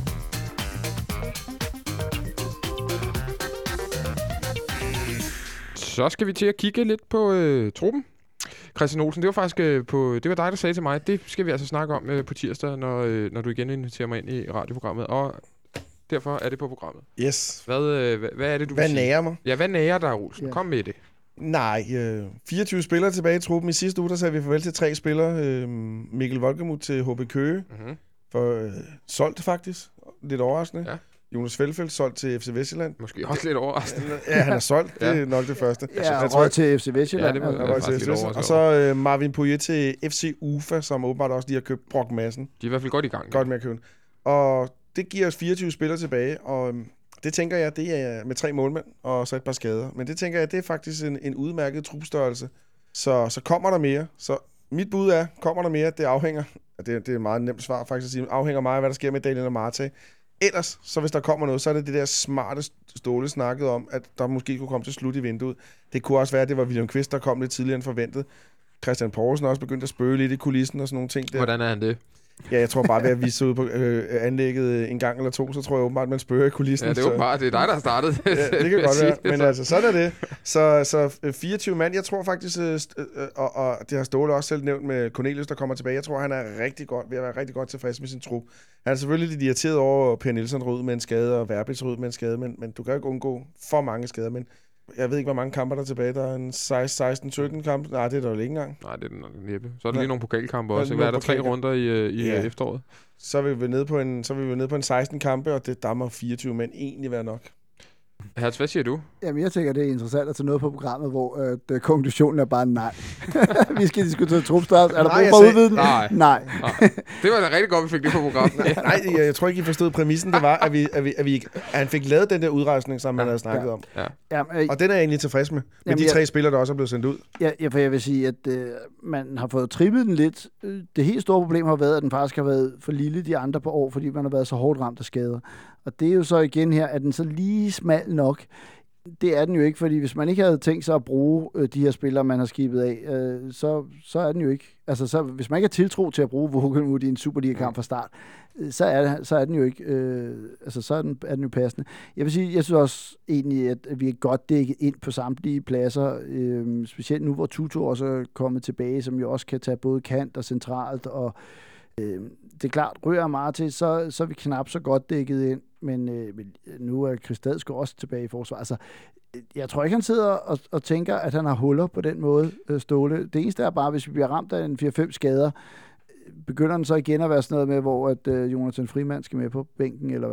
Så skal vi til at kigge lidt på uh, truppen. Christian Olsen, det var faktisk øh, på, det var dig, der sagde til mig, det skal vi altså snakke om øh, på tirsdag, når, øh, når du igen inviterer mig ind i radioprogrammet, og derfor er det på programmet. Yes. Hvad, øh, hvad, hvad er det, du hvad vil sige? nærer mig? Ja, hvad nærer dig, Olsen? Ja. Kom med det. Nej, øh, fireogtyve spillere tilbage i truppen. I sidste uge, der sagde vi farvel til tre spillere. Øh, Mikkel Volkermuth til H B Køge, mm-hmm. for øh, solgt faktisk. Lidt overraskende. Ja. Jonas Feldfeldt solgt til F C Vestjylland. Måske også lidt overraskende. Ja, han er solgt. Det er nok det første. Ja, jeg tror til F C Vestjylland. Ja, det var ja, faktisk lidt Og så uh, Marvin Pouillet til F C U F A, som åbenbart også lige har købt Brock Madsen. De er i hvert fald godt i gang. Godt med at købe. Og det giver os fireogtyve spillere tilbage, og um, det tænker jeg, det er med tre målmænd og så et par skader. Men det tænker jeg, det er faktisk en, en udmærket trupstørrelse. Så, så kommer der mere. Så mit bud er, kommer der mere, det afhænger, det, det er et meget nemt svar faktisk at sige, afhænger meget af, hvad der sker med Daniel Amartey. Ellers, så hvis der kommer noget, så er det det der smarte Ståle snakket om, at der måske kunne komme til slut i vinduet. Det kunne også være, at det var William Kvist, der kom lidt tidligere end forventet. Christian Poulsen er også begyndt at spøge lidt i kulissen og sådan nogle ting der. Hvordan er han det? Ja, jeg tror bare, ved at vi så ud på øh, anlægget en gang eller to, så tror jeg åbenbart, at man spørger i kulissen. Ja, det er åbenbart. Det er dig, der har startet. Ja, det kan godt være. Men altså, sådan er det. Så, så fireogtyve mand, jeg tror faktisk, øh, og, og det har Ståle også selv nævnt med Cornelius, der kommer tilbage. Jeg tror, han er rigtig godt, ved at være rigtig godt tilfreds med sin trup. Han er selvfølgelig lidt irriteret over, at Per Nielsen rød med en skade, og Verbitz rød med en skade, men, men du kan jo ikke undgå for mange skader. Men jeg ved ikke, hvor mange kamper der er tilbage. Der er en seksten sytten kampe. Nej, det er der jo ikke engang. Nej, det er den næppe. Så er der Nej. lige nogle pokalkampe også. Hvad er der tre runder i, i ja. efteråret? Så er vi nede på en, så er vi nede på en seksten kampe, og det dammer fireogtyve mænd egentlig være nok. Hertz, hvad siger du? Jamen, jeg tænker, det er interessant at tage noget på programmet, hvor øh, konklusionen er bare nej. Vi skal diskutere trupstørrelse. Er der brug for at udvide den? Nej. nej. nej. Det var da rigtig godt, vi fik det på programmet. Nej, jeg, jeg tror ikke, I forstod præmissen. Det var, at, vi, at, vi, at, vi, at han fik lavet den der udrejsning, som man ja. havde snakket ja. om. Ja. Jamen, øh, og den er jeg egentlig tilfreds med. Med jamen, de tre jeg, spillere, der også er blevet sendt ud. Ja, ja, for jeg vil sige, at øh, man har fået trippet den lidt. Det helt store problem har været, at den faktisk har været for lille de andre på år, fordi man har været så hårdt ramt af skader. Og det er jo så igen her, at den så lige smal nok. Det er den jo ikke, fordi hvis man ikke havde tænkt sig at bruge øh, de her spillere, man har skibet af, øh, så, så er den jo ikke. Altså, så, hvis man ikke har tiltro til at bruge Volkermuth i en Superliga-kamp fra start, øh, så, er det, så er den jo ikke. Øh, altså, så er den, er den jo passende. Jeg vil sige, jeg synes også egentlig, at vi er godt dækket ind på samtlige pladser, øh, specielt nu, hvor Tutu også er kommet tilbage, som jo også kan tage både kant og centralt, og øh, det er klart, rører meget til, så, så er vi knap så godt dækket ind. Men øh, nu er Kristad også tilbage i forsvaret. Altså, jeg tror ikke, han sidder og, og tænker, at han har huller på den måde, øh, Ståle. Det eneste er bare, hvis vi bliver ramt af en fire fem skader, begynder den så igen at være sådan noget med, hvor at, øh, Jonathan Frimand skal med på bænken, eller hvad?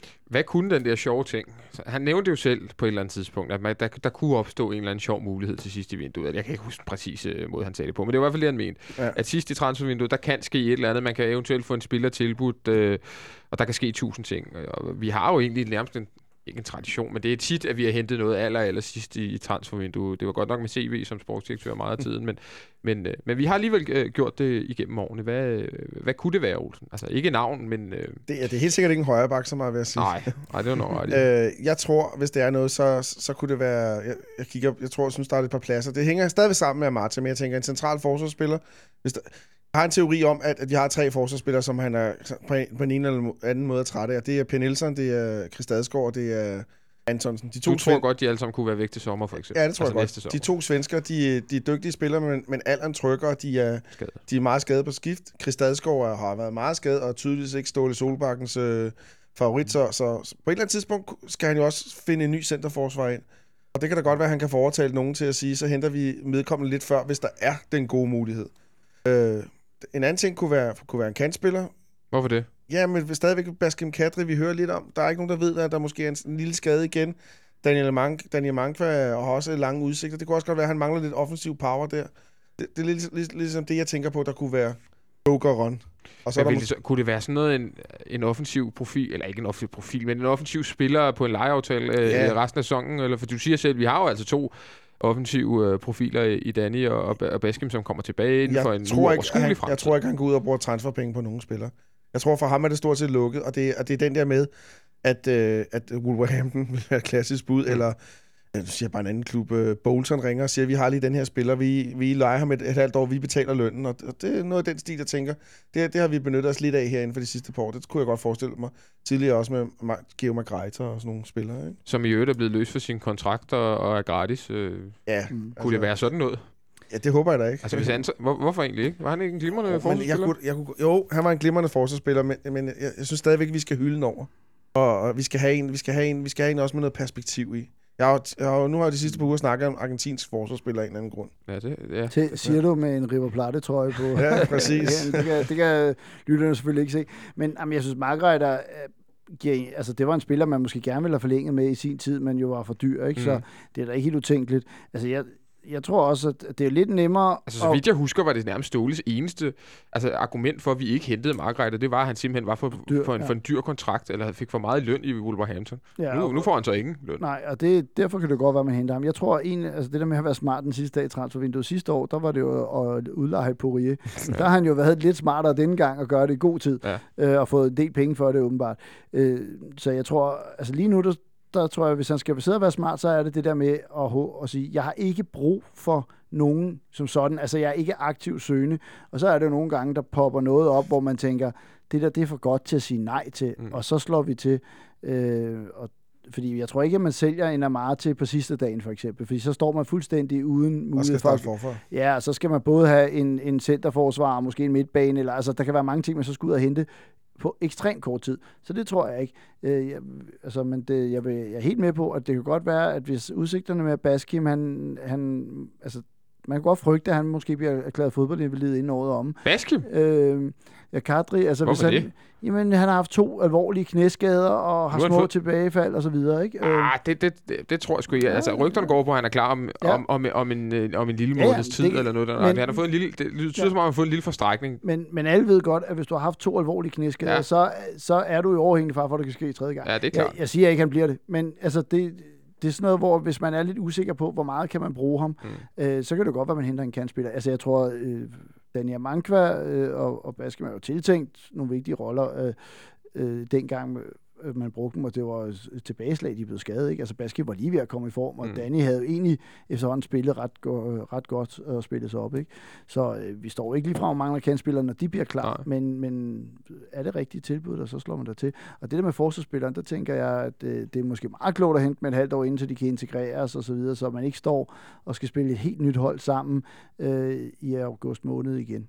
Hvad kunne den der sjove ting? Han nævnte jo selv på et eller andet tidspunkt, at man, der, der kunne opstå en eller anden sjov mulighed til sidst i vinduet. Jeg kan ikke huske præcis uh, måde, han sagde det på, men det var i hvert fald det, han mente. Ja. At sidst i transfervinduet, der kan ske et eller andet. Man kan eventuelt få en spiller tilbudt, øh, og der kan ske tusind ting. Og vi har jo egentlig nærmest en, ikke en tradition, men det er tit, at vi har hentet noget aller, aller sidst i, i transfervinduet. Det var godt nok med C V som sportsdirektør meget af tiden, men, men, øh, men vi har alligevel øh, gjort det igennem årene. Hvad, øh, hvad kunne det være, Olsen? Altså ikke navn, men... Øh... Det, ja, det er helt sikkert ikke en højre bak, så meget vil jeg sige. Nej, nej, det er nok ret. øh, jeg tror, hvis det er noget, så, så kunne det være... Jeg, jeg kigger, jeg tror, jeg synes, der er et par pladser. Det hænger stadigvæk sammen med Amartey, men jeg tænker, en central forsvarsspiller... Hvis der, jeg har en teori om, at, at vi har tre forsvarsspillere, som han er på en, på en eller anden måde træt af. Det er Per Nielsen, det er Chris Dadsgaard, og det er Antonsen. De to du tror godt, de alle sammen kunne være væk til sommer, for eksempel? Ja, det tror altså jeg godt. De to svensker, de, de er dygtige spillere, men, men alderen trykker, de er, de er meget skadet på skift. Chris Dadsgaard har været meget skadet, og tydeligvis ikke Ståle Solbakkens øh, favorit, så, så, så på et eller andet tidspunkt skal han jo også finde en ny centerforsvar ind. Og det kan da godt være, at han kan få overtalt nogen til at sige, så henter vi medkommende lidt før, hvis der er den gode mulighed. Øh, en anden ting kunne være, kunne være en kantspiller. Hvorfor det? Ja, men stadigvæk Baskim Kadri, vi hører lidt om. Der er ikke nogen, der ved, at der måske er en, en lille skade igen. Daniel Mank, Daniel Mankva har også lange udsigter. Det kunne også godt være, at han mangler lidt offensiv power der. Det, det er lidt, lidt, ligesom det, jeg tænker på, der kunne være Joker Run. Og så ja, der mås- kunne det være sådan noget, en, en offensiv profil, eller ikke en offensiv profil, men en offensiv spiller på en lejeaftale øh, ja. resten af sæsonen? Eller, for du siger selv, vi har jo altså to offensive øh, profiler i, i Danny og, og Baskim, som kommer tilbage inden jeg for en uoverskuelig fremtid. Jeg tror ikke, han går ud og bruger transferpenge på nogen spillere. Jeg tror, for ham er det stort set lukket, og det, og det er den der med, at, øh, at Wolverhampton vil være et klassisk bud, mm. eller jeg siger bare en anden klub, øh, Bolton ringer og siger, vi har lige den her spiller, vi, vi leger ham et, et halvt år, vi betaler lønnen, og, og det er noget af den stil, jeg tænker, det, det har vi benyttet os lidt af herinde for de sidste par år. Det kunne jeg godt forestille mig. Tidligere også med Geo Magreiter og sådan nogle spillere. Ikke? Som i øvrigt er blevet løst for sine kontrakter og er gratis. Øh, ja. Kunne altså, det være sådan noget? Ja, det håber jeg da ikke. Altså, hvis han, hvor, hvorfor egentlig ikke? Var han ikke en glimrende oh, forsvarsspiller? Jeg kunne, jeg kunne, jo, han var en glimrende forsvarsspiller, men, men jeg, jeg synes stadigvæk, at vi skal hylde den over. Og, og vi skal have en, vi skal have en, vi skal have en også med noget perspektiv i. Jeg har, jeg har, nu har jeg de sidste par uger snakket om argentinsk forsvarsspiller af en eller anden grund. Ja, det ja. Til, siger du med en River Plate-trøje på? Ja, præcis. det, kan, det kan lytterne selvfølgelig ikke se. Men jamen, jeg synes, Margreiter, giver, altså, det var en spiller, man måske gerne ville have forlænget med i sin tid, men jo var for dyr, ikke? Mm. Så det er da ikke helt utænkeligt. Altså, jeg... Jeg tror også, at det er lidt nemmere... Altså, så vidt jeg husker, var det nærmest Ståles eneste altså, argument for, at vi ikke hentede Margreiter. Det var, at han simpelthen var for, dyr, for, en, ja. for en dyr kontrakt, eller fik for meget løn i Wolverhampton. Ja, nu, nu får han så ingen løn. Nej, og det, derfor kan det godt være, at man henter ham. Jeg tror egentlig, altså det der med at være smart den sidste dag i transfervinduet sidste år, der var det jo at udleje Poirier. Ja. Der har han jo været lidt smartere denne gang at gøre det i god tid, ja. øh, og fået en del penge for det åbenbart. Øh, så jeg tror, altså lige nu, der der tror jeg, hvis han skal sidde og være smart, så er det det der med at, at sige, jeg har ikke brug for nogen som sådan. Altså, jeg er ikke aktiv søgende. Og så er det jo nogle gange, der popper noget op, hvor man tænker, det der, det er for godt til at sige nej til. Mm. Og så slår vi til. Øh, og, fordi jeg tror ikke, at man sælger en Amartey på sidste dagen, for eksempel. Fordi så står man fuldstændig uden mulighed for... for. Ja, så skal man både have en, en centerforsvar, og måske en midtbane, eller altså, der kan være mange ting, man så skal ud og hente på ekstremt kort tid. Så det tror jeg ikke. Øh, jeg, altså, men det, jeg, vil, jeg er helt med på, at det kan godt være, at hvis udsigterne med Baskim, han, han altså, man kan godt frygte, at han måske bliver erklæret fodboldinvalid inden året om. Baskim? Øh, ja, Kadri, altså hvorfor hvis han, det? Jamen, han har haft to alvorlige knæskader og har små fået... tilbagefald og så videre, ikke? Ah, det, det, det, det tror jeg sgu ikke. Ja, altså, rygterne går på, at han er klar om, ja. om, om, om, en, om en lille måneds ja, ja, tid, det, eller noget. Der. Men, han har fået en lille, det lyder ja. som om, han har fået en lille forstrækning. Men, men alle ved godt, at hvis du har haft to alvorlige knæskader, ja. så, så er du i overhængende far for, at det kan ske i tredje gang. Ja, det er klart. Jeg, jeg siger ikke, at han bliver det, men altså, det... Det er sådan noget, hvor hvis man er lidt usikker på, hvor meget kan man bruge ham, mm. øh, så kan det godt være, at man henter en kantspiller. Altså jeg tror, øh, Daniel Mankva øh, og, og Baskim er jo tiltænkt nogle vigtige roller øh, øh, dengang øh, man brugte dem, og det var et tilbageslag, de er blevet skadet. Ikke? Altså Baskim var lige ved at komme i form, og mm. Danny havde jo egentlig efterhånden spillet ret, go- ret godt og spillet sig op. Ikke? Så øh, vi står ikke lige fra, at mangler kantspillere, når de bliver klar, men, men er det rigtige tilbud, og så slår man der til. Og det der med forsvarsspilleren, der tænker jeg, at øh, det er måske meget klogt at hente med et halvt år, indtil de kan integreres og så videre, så man ikke står og skal spille et helt nyt hold sammen øh, i august måned igen.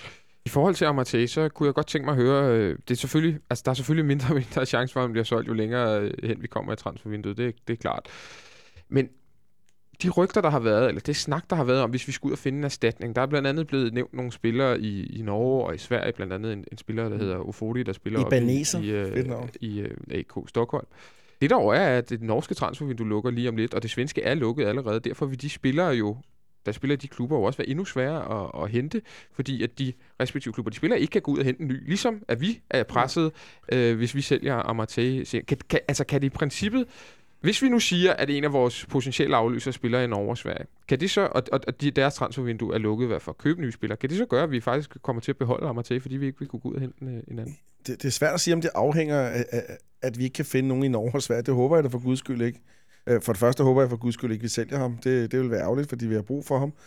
I forhold til Amartey, så kunne jeg godt tænke mig at høre, øh, det er selvfølgelig, altså der er selvfølgelig mindre og mindre chance for, at han bliver solgt, jo længere øh, hen vi kommer i transfervinduet, det, det er klart. Men de rygter, der har været, eller det snak, der har været om, hvis vi skulle ud og finde en erstatning. Der er blandt andet blevet nævnt nogle spillere i, i Norge og i Sverige, blandt andet en, en spiller, der hedder Ofori, der spiller op i, i, uh, i uh, A K Stockholm. Det der er, at det norske transfervindue lukker lige om lidt, og det svenske er lukket allerede. Derfor vil de spillere jo, der spiller de klubber jo også være endnu sværere at, at hente, fordi at de respektive klubber, de spillere ikke kan gå ud og hente en ny. Ligesom at vi er presset, øh, hvis vi sælger Amartey. Kan, kan, altså kan det i princippet, hvis vi nu siger, at en af vores potentielle afløsere spiller i Norge og Sverige, kan det så, og, og de, deres transfervindue er lukket hvad for at købe nye spillere, kan det så gøre, at vi faktisk kommer til at beholde Amartey, fordi vi ikke vil kunne gå ud og hente en, en anden? Det, det er svært at sige, om det afhænger af, af, at vi ikke kan finde nogen i Norge og Sverige. Det håber jeg da for guds skyld ikke. For det første håber jeg for guds skyld ikke, at vi sælger ham. Det, det vil være ærgerligt, fordi vi har brug for ham.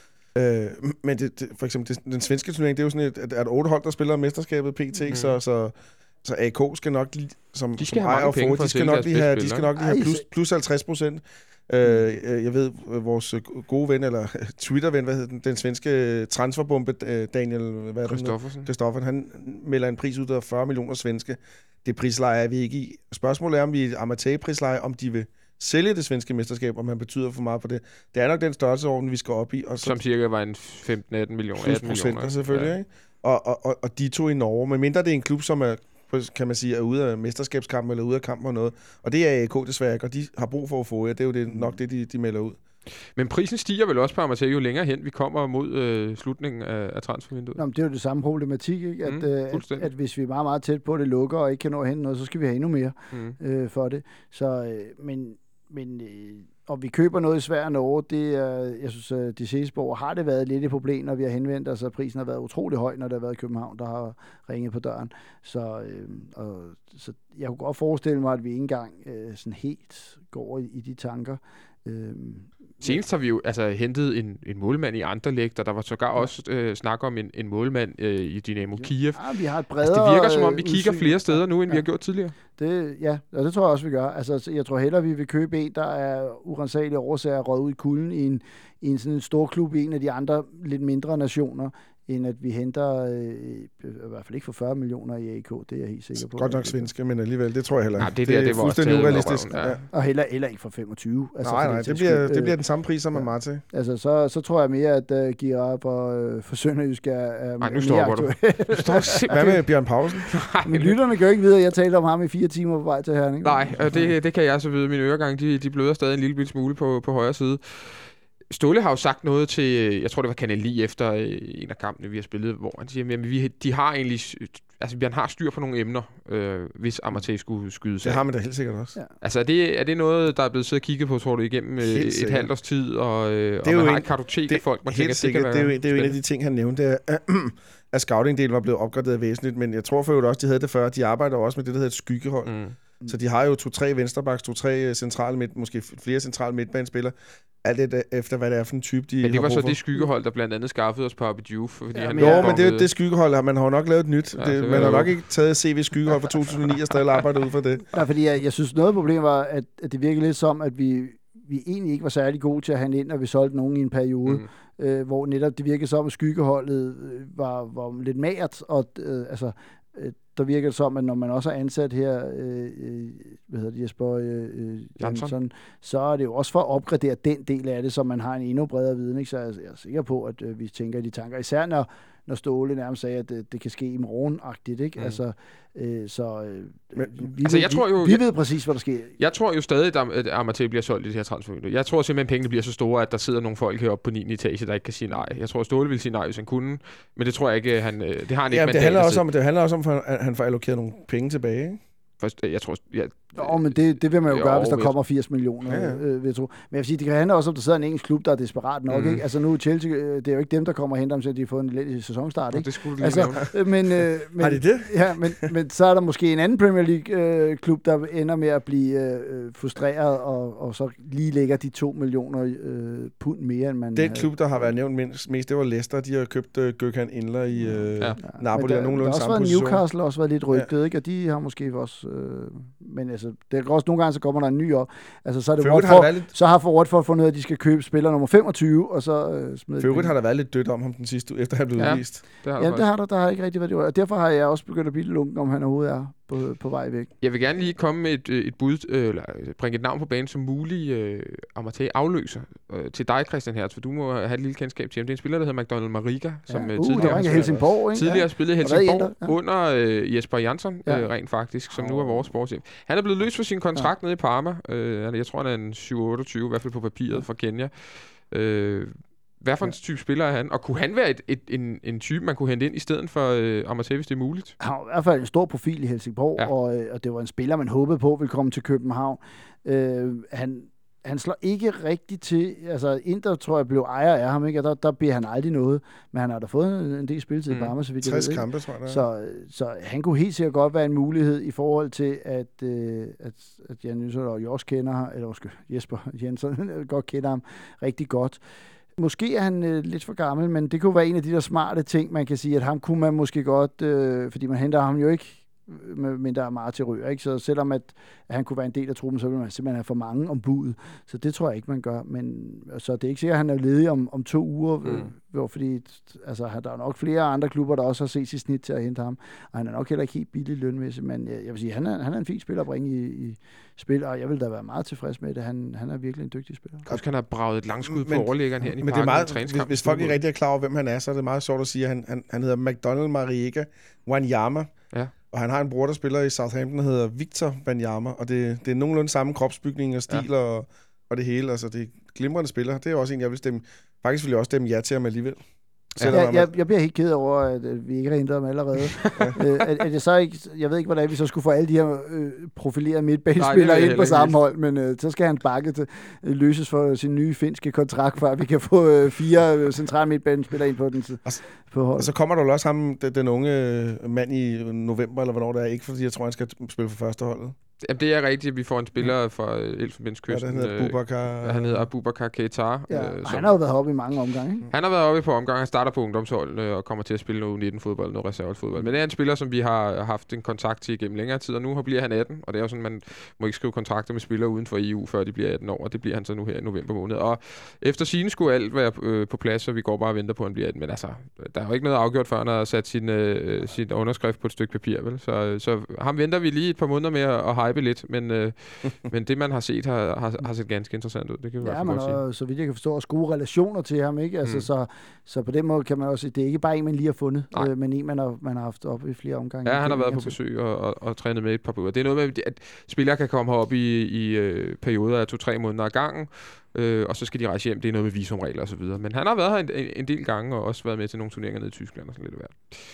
Men det, det, for eksempel det, den svenske turnering, det er jo sådan et, at, at otte hold, der spiller mesterskabet P T, mm. så, så, så A K skal nok lige, som, de skal som have mange penge for, for de skal nok lige have, de skal nok lige have plus, plus halvtreds procent. Mm. Jeg ved, vores gode ven, eller Twitter-ven, hvad hedder den, den svenske transferbombe, Daniel Kristoffersen, han melder en pris ud af fyrre millioner svenske. Det prisleje er vi ikke i. Spørgsmålet er, om vi er Amartey-prisleje, om de vil sælge det svenske mesterskab, om man betyder for meget på det. Det er nok den størrelsesorden, vi skal op i. Og så som cirka var en femten atten millioner. atten millioner selvfølgelig, ja. Ikke? Og, og, og, og de to i Norge, medmindre det er en klub, som er, kan man sige, er ude af mesterskabskampen eller ude af kampen og noget. Og det er A K desværre ikke, og de har brug for at få, ja, det er jo det, nok det, de, de melder ud. Men prisen stiger vel også på Amartey jo længere hen vi kommer mod øh, slutningen af, af transfervinduet. Nå, men det er jo det samme problematik, ikke? At, mm, øh, at, at hvis vi er meget, meget tæt på, det lukker og ikke kan nå at hente noget, så skal vi have endnu mere mm. øh, for det. Så, øh, men, men øh, om vi køber noget i Sverige og Norge, det er, jeg synes, at de seneste år har det været lidt et problem, når vi har henvendt os, og prisen har været utrolig høj, når det har været i København, der har ringet på døren. Så, øh, og, så jeg kunne godt forestille mig, at vi ikke engang øh, sådan helt går i, i de tanker. Øh, Senest har vi jo altså hentet en, en målmand i Anderlecht, og der var sågar ja. også øh, snak om en, en målmand øh, i Dynamo Kiev. Ja, vi har et bredere, altså, det virker som om, vi udsyn. kigger flere steder nu, end ja. vi har gjort tidligere. Det, ja, og det tror jeg også, vi gør. Altså, jeg tror hellere, vi vil købe en, der er urensagelige årsager røget ud i kulden i en, i en sådan en stor klub i en af de andre lidt mindre nationer, end at vi henter, øh, i hvert fald ikke for fyrre millioner i A K, det er jeg helt sikker på. Godt nok svenske, men alligevel, det tror jeg heller ikke. Nej, det, der, det, det er fuldstændig urealistisk. Ja. Ja. Og heller, heller ikke for femogtyve. Altså, nej, nej, det bliver, det bliver den samme pris som Amartey. Ja. Altså, så, så tror jeg mere, at uh, Girard og uh, for Sønderjysk er, er nej, nu stopper du. Hvad med Bjørn Pausen? Men lytterne kan jo ikke vide, at jeg talte om ham i fire timer på vej til Herning. Nej, det, det kan jeg så vide. Mine øregange, de, de bløder stadig en lille smule på, på højre side. Ståle har jo sagt noget til, jeg tror det var Kanal lige efter en af kampene, vi har spillet, hvor han siger, at vi, de har egentlig, altså han har styr på nogle emner, øh, hvis Amartey skulle skyde sig. Det har man da helt sikkert også. Ja. Altså er det, er det noget, der er blevet siddet og kigget på, tror du, igennem et sikkert. halvt års tid, og, øh, og man har et kartotek af folk, man tænker, det kan være det er, jo, det er jo en af de ting, han nævnte, at, at scouting-delen var blevet opgraderet væsentligt, men jeg tror for øvrigt også, de havde det før, de arbejder også med det, der hedder et skyggehold. Mm. Så de har jo to-tre venstrebacks, to-tre centrale midt, måske flere centrale midtbanespillere. Alt det efter, hvad det er for en type, de men det har var så for. det skyggehold, der blandt andet skaffede os på Abid Diouf. Fordi ja, han men jo, men det, det skyggehold, man har jo nok lavet et nyt. Ja, det, det man har jo nok ikke taget C V skyggehold fra to tusind og ni og stadig arbejdet ud for det. Ja, fordi jeg, jeg synes, noget problem var, at, at det virkede lidt som, at vi, vi egentlig ikke var særlig gode til at handle ind, når vi solgte nogen i en periode. Mm. Øh, hvor netop det virkede som, at skyggeholdet var, var lidt magert, og øh, altså... Øh, der virker det som, at når man også har ansat her, øh, hvad hedder det, Jesper øh, Jansson, så er det jo også for at opgradere den del af det, så man har en endnu bredere viden. Ikke? Så jeg er sikker på, at øh, vi tænker i de tanker. Især når, når Ståle nærmest sagde, at det, det kan ske i morgen-agtigt. Ikke? Mm. Altså, øh, så øh, Men, vi, altså, ved, jeg tror jo, vi, vi ved præcis, hvad der sker. Jeg tror jo stadig, at Amartey bliver solgt i det her transfervindue. Jeg tror simpelthen, at pengene bliver så store, at der sidder nogle folk heroppe på niende etage, der ikke kan sige nej. Jeg tror, at Ståle vil sige nej, hvis han kunne, men det tror jeg ikke, han, det har han ikke. Ja, det handler også om, det handler også om, at han får allokeret nogle penge tilbage, ikke? Først, jeg tror... Jeg, Nå, men det, det vil man jo, jo gøre, hvis der kommer firs millioner, ja, ja. Øh, vil jeg tro. Men jeg vil sige, det kan handle også om, at der sidder en engelsk klub, der er desperat nok, mm. ikke? Altså nu Chelsea, det er jo ikke dem, der kommer og henter dem, så de har fået en lidt sæsonstart, ikke? Det skulle du lige altså, men, øh, men, har de det? Ja, men, men så er der måske en anden Premier League-klub, øh, der ender med at blive øh, frustreret, og, og så lige lægger de to millioner øh, pund mere, end man... Den klub, der har været nævnt mindst, mest, det var Leicester. De har købt øh, Gökhan Inler i øh, ja. Napoli, og nogenlunde samme position. Newcastle også været lidt rygtet, ja. Ikke? Og de har måske også... Øh, men altså, det er også nogle gange, så kommer der en ny op. Altså, så er det Watford, har lidt... så har for Watford fundet ud af, at de skal købe spiller nummer femogtyve, og så øh, smider For øvrigt har der været lidt dødt om ham den sidste, efter han blev ja. udvist. Det har ja, det har der, der har ikke rigtig været det. Og derfor har jeg også begyndt at blive lunken, om han overhovedet er på, på vej væk. Jeg vil gerne lige komme med et, et bud, øh, eller bringe et navn på banen som mulig øh, Amartey afløser øh, til dig, Christian Hertz, for du må have et lille kendskab til ham. Det er en spiller, der hedder McDonald Mariga, som ja. uh, uh, tidligere har Helsingborg, ikke? Tidligere ja. spillet i Helsingborg ja. under øh, Jesper Jansson, ja. øh, rent faktisk, som oh. nu er vores sportschef. Han er blevet løst for sin kontrakt ja. nede i Parma. Øh, jeg tror, han er en syv otteogtyve, i hvert fald på papiret, fra Kenya. Øh, Hvad for en type spiller er han? Og kunne han være et, et, en, en type, man kunne hente ind i stedet for øh, Amartey, hvis det er muligt? Han har i hvert fald en stor profil i Helsingborg, ja. og, og det var en spiller, man håbede på ville komme til København. Øh, han, han slår ikke rigtigt til. Altså, Inter, tror jeg, blev ejer af ham, ikke? Og der, der bliver han aldrig noget. Men han har da fået en, en del spilletid mm. i Parma, så vidt jeg ved. tres kampe, tror jeg. Så, så han kunne helt sikkert godt være en mulighed i forhold til, at, øh, at, at Jan Nysø og Jors kender ham, eller måske Jesper Jensen godt kender ham rigtig godt. Måske er han øh, lidt for gammel, men det kunne være en af de der smarte ting, man kan sige, at ham kunne man måske godt, øh, fordi man henter ham jo ikke, men der er meget til rør, ikke? Så selvom at, at han kunne være en del af truppen, så ville man simpelthen have for mange om budet. Så det tror jeg ikke, man gør. Men så det er ikke sikkert, at han er ledig om, om to uger, mm. øh, fordi altså, der er nok flere andre klubber, der også har set sit snit til at hente ham, og han er nok heller ikke helt billig lønmæssigt, men jeg, jeg vil sige, han er, han er en fin spiller at bringe i, i spil, og jeg vil da være meget tilfreds med det. Han, han er virkelig en dygtig spiller. Også kan have braget et langskud på overlæggeren her i men det er meget, hvis, hvis folk ikke rigtig er klar over, hvem han er, så er det meget sjovt at sige, at han, han, han hedder McDonald Mariga Wanyama. Ja. Og han har en bror, der spiller i Southampton, der hedder Victor Wanyama, og det, det er nogenlunde samme kropsbygning og stil ja. og, og det hele. Altså, det er glimrende spillere. Det er også en, jeg vil stemme. Faktisk vil jeg også stemme ja til ham alligevel. Ja. Jeg, jeg, jeg bliver helt ked over, at vi ikke har hentet ham allerede. øh, at, at jeg, så ikke, jeg ved ikke, hvordan vi så skulle få alle de her øh, profilerede midtbanespillere ind på samme hold, men øh, så skal han bakke til, øh, løses for sin nye finske kontrakt, for at vi kan få øh, fire øh, centrale midtbanespillere ind på den på holdet. Og så kommer der jo også ham, den, den unge mand i november, eller hvornår det er, ikke fordi jeg tror, han skal spille for første holdet. Jamen, det er rigtigt, at vi får en spiller fra Elfenbenskysten. Ja, han hedder Boubacar. Han hedder Abubakar Keita. Ja, øh, han har jo været oppe i mange omgange, ikke? Han har været oppe på omgang. Han starter på ungdomshold øh, og kommer til at spille noget U nitten-fodbold, noget reservefodbold. Men det er en spiller, som vi har haft en kontakt til igennem længere tid, og nu bliver han atten. Og det er jo sådan, man må ikke skrive kontrakter med spillere uden for E U, før de bliver atten år, og det bliver han så nu her i november måned. Og efter sigende skulle alt være øh, på plads, så vi går bare og venter på, at han bliver atten. Men altså, der er jo ikke noget afgjort, før han har sat sin, øh, sin underskrift på et stykke papir, vel? Så, så ham venter vi lige et par måneder med at, at hype lidt, men øh, men det, man har set, har, har, har set ganske interessant ud. Det kan vi ja, i hvert fald godt sige. Så vidt jeg kan forstå, også gode relationer til ham, ikke? Altså, mm. så, så på den måde kan man også, det er ikke bare en, man lige har fundet, øh, men en, man har, man har haft op i flere omgange. Ja, han har været på besøg og, og, og trænet med et par uger. Det er noget med, at spillere kan komme herop i, i øh, perioder af to-tre måneder ad gangen, øh, og så skal de rejse hjem. Det er noget med visumregler og så videre. Men han har været her en, en del gange, og også været med til nogle turneringer nede i Tyskland og sådan lidt værd.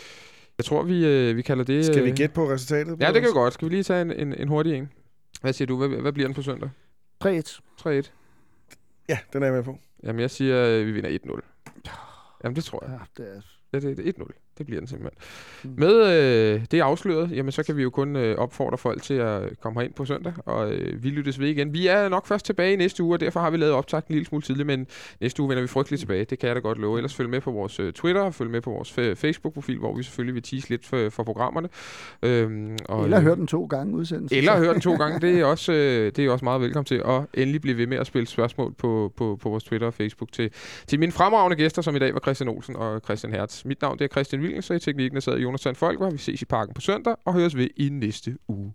Jeg tror, vi, øh, vi kalder det... Skal vi gætte på resultatet? Ja, det kan vi godt. Skal vi lige tage en, en, en hurtig en? Hvad siger du? Hvad, hvad bliver den på søndag? tre et. tre et. Ja, den er jeg med på. Jamen, jeg siger, at vi vinder et nul. Jamen, det tror jeg. Ja, det er... Ja, det er et nul. Det bliver den simpelthen. Mm. Med øh, det afsløret, jamen så kan vi jo kun øh, opfordre folk til at komme herind på søndag, og øh, vi lyttes ved igen. Vi er nok først tilbage i næste uge, og derfor har vi lavet optakt en lille smule tidligt, men næste uge vender vi frygteligt tilbage. Det kan jeg da godt love. Ellers følg med på vores øh, Twitter, og følg med på vores f- Facebook-profil, hvor vi selvfølgelig vil tease lidt for, for programmerne. Øhm, og, eller hør den to gange udsendelsen. Eller hør den to gange. Det er også øh, det er også meget velkommen til. Og endelig blive ved med at spille spørgsmål på, på, på vores Twitter og Facebook til, til mine fremragende gæster, som i dag var Christian Olsen og Christian Hertz. Mit navn det er Christian Williams, og i teknikken sad Jonas Sand Folk, hvor vi ses i Parken på søndag og høres ved i næste uge.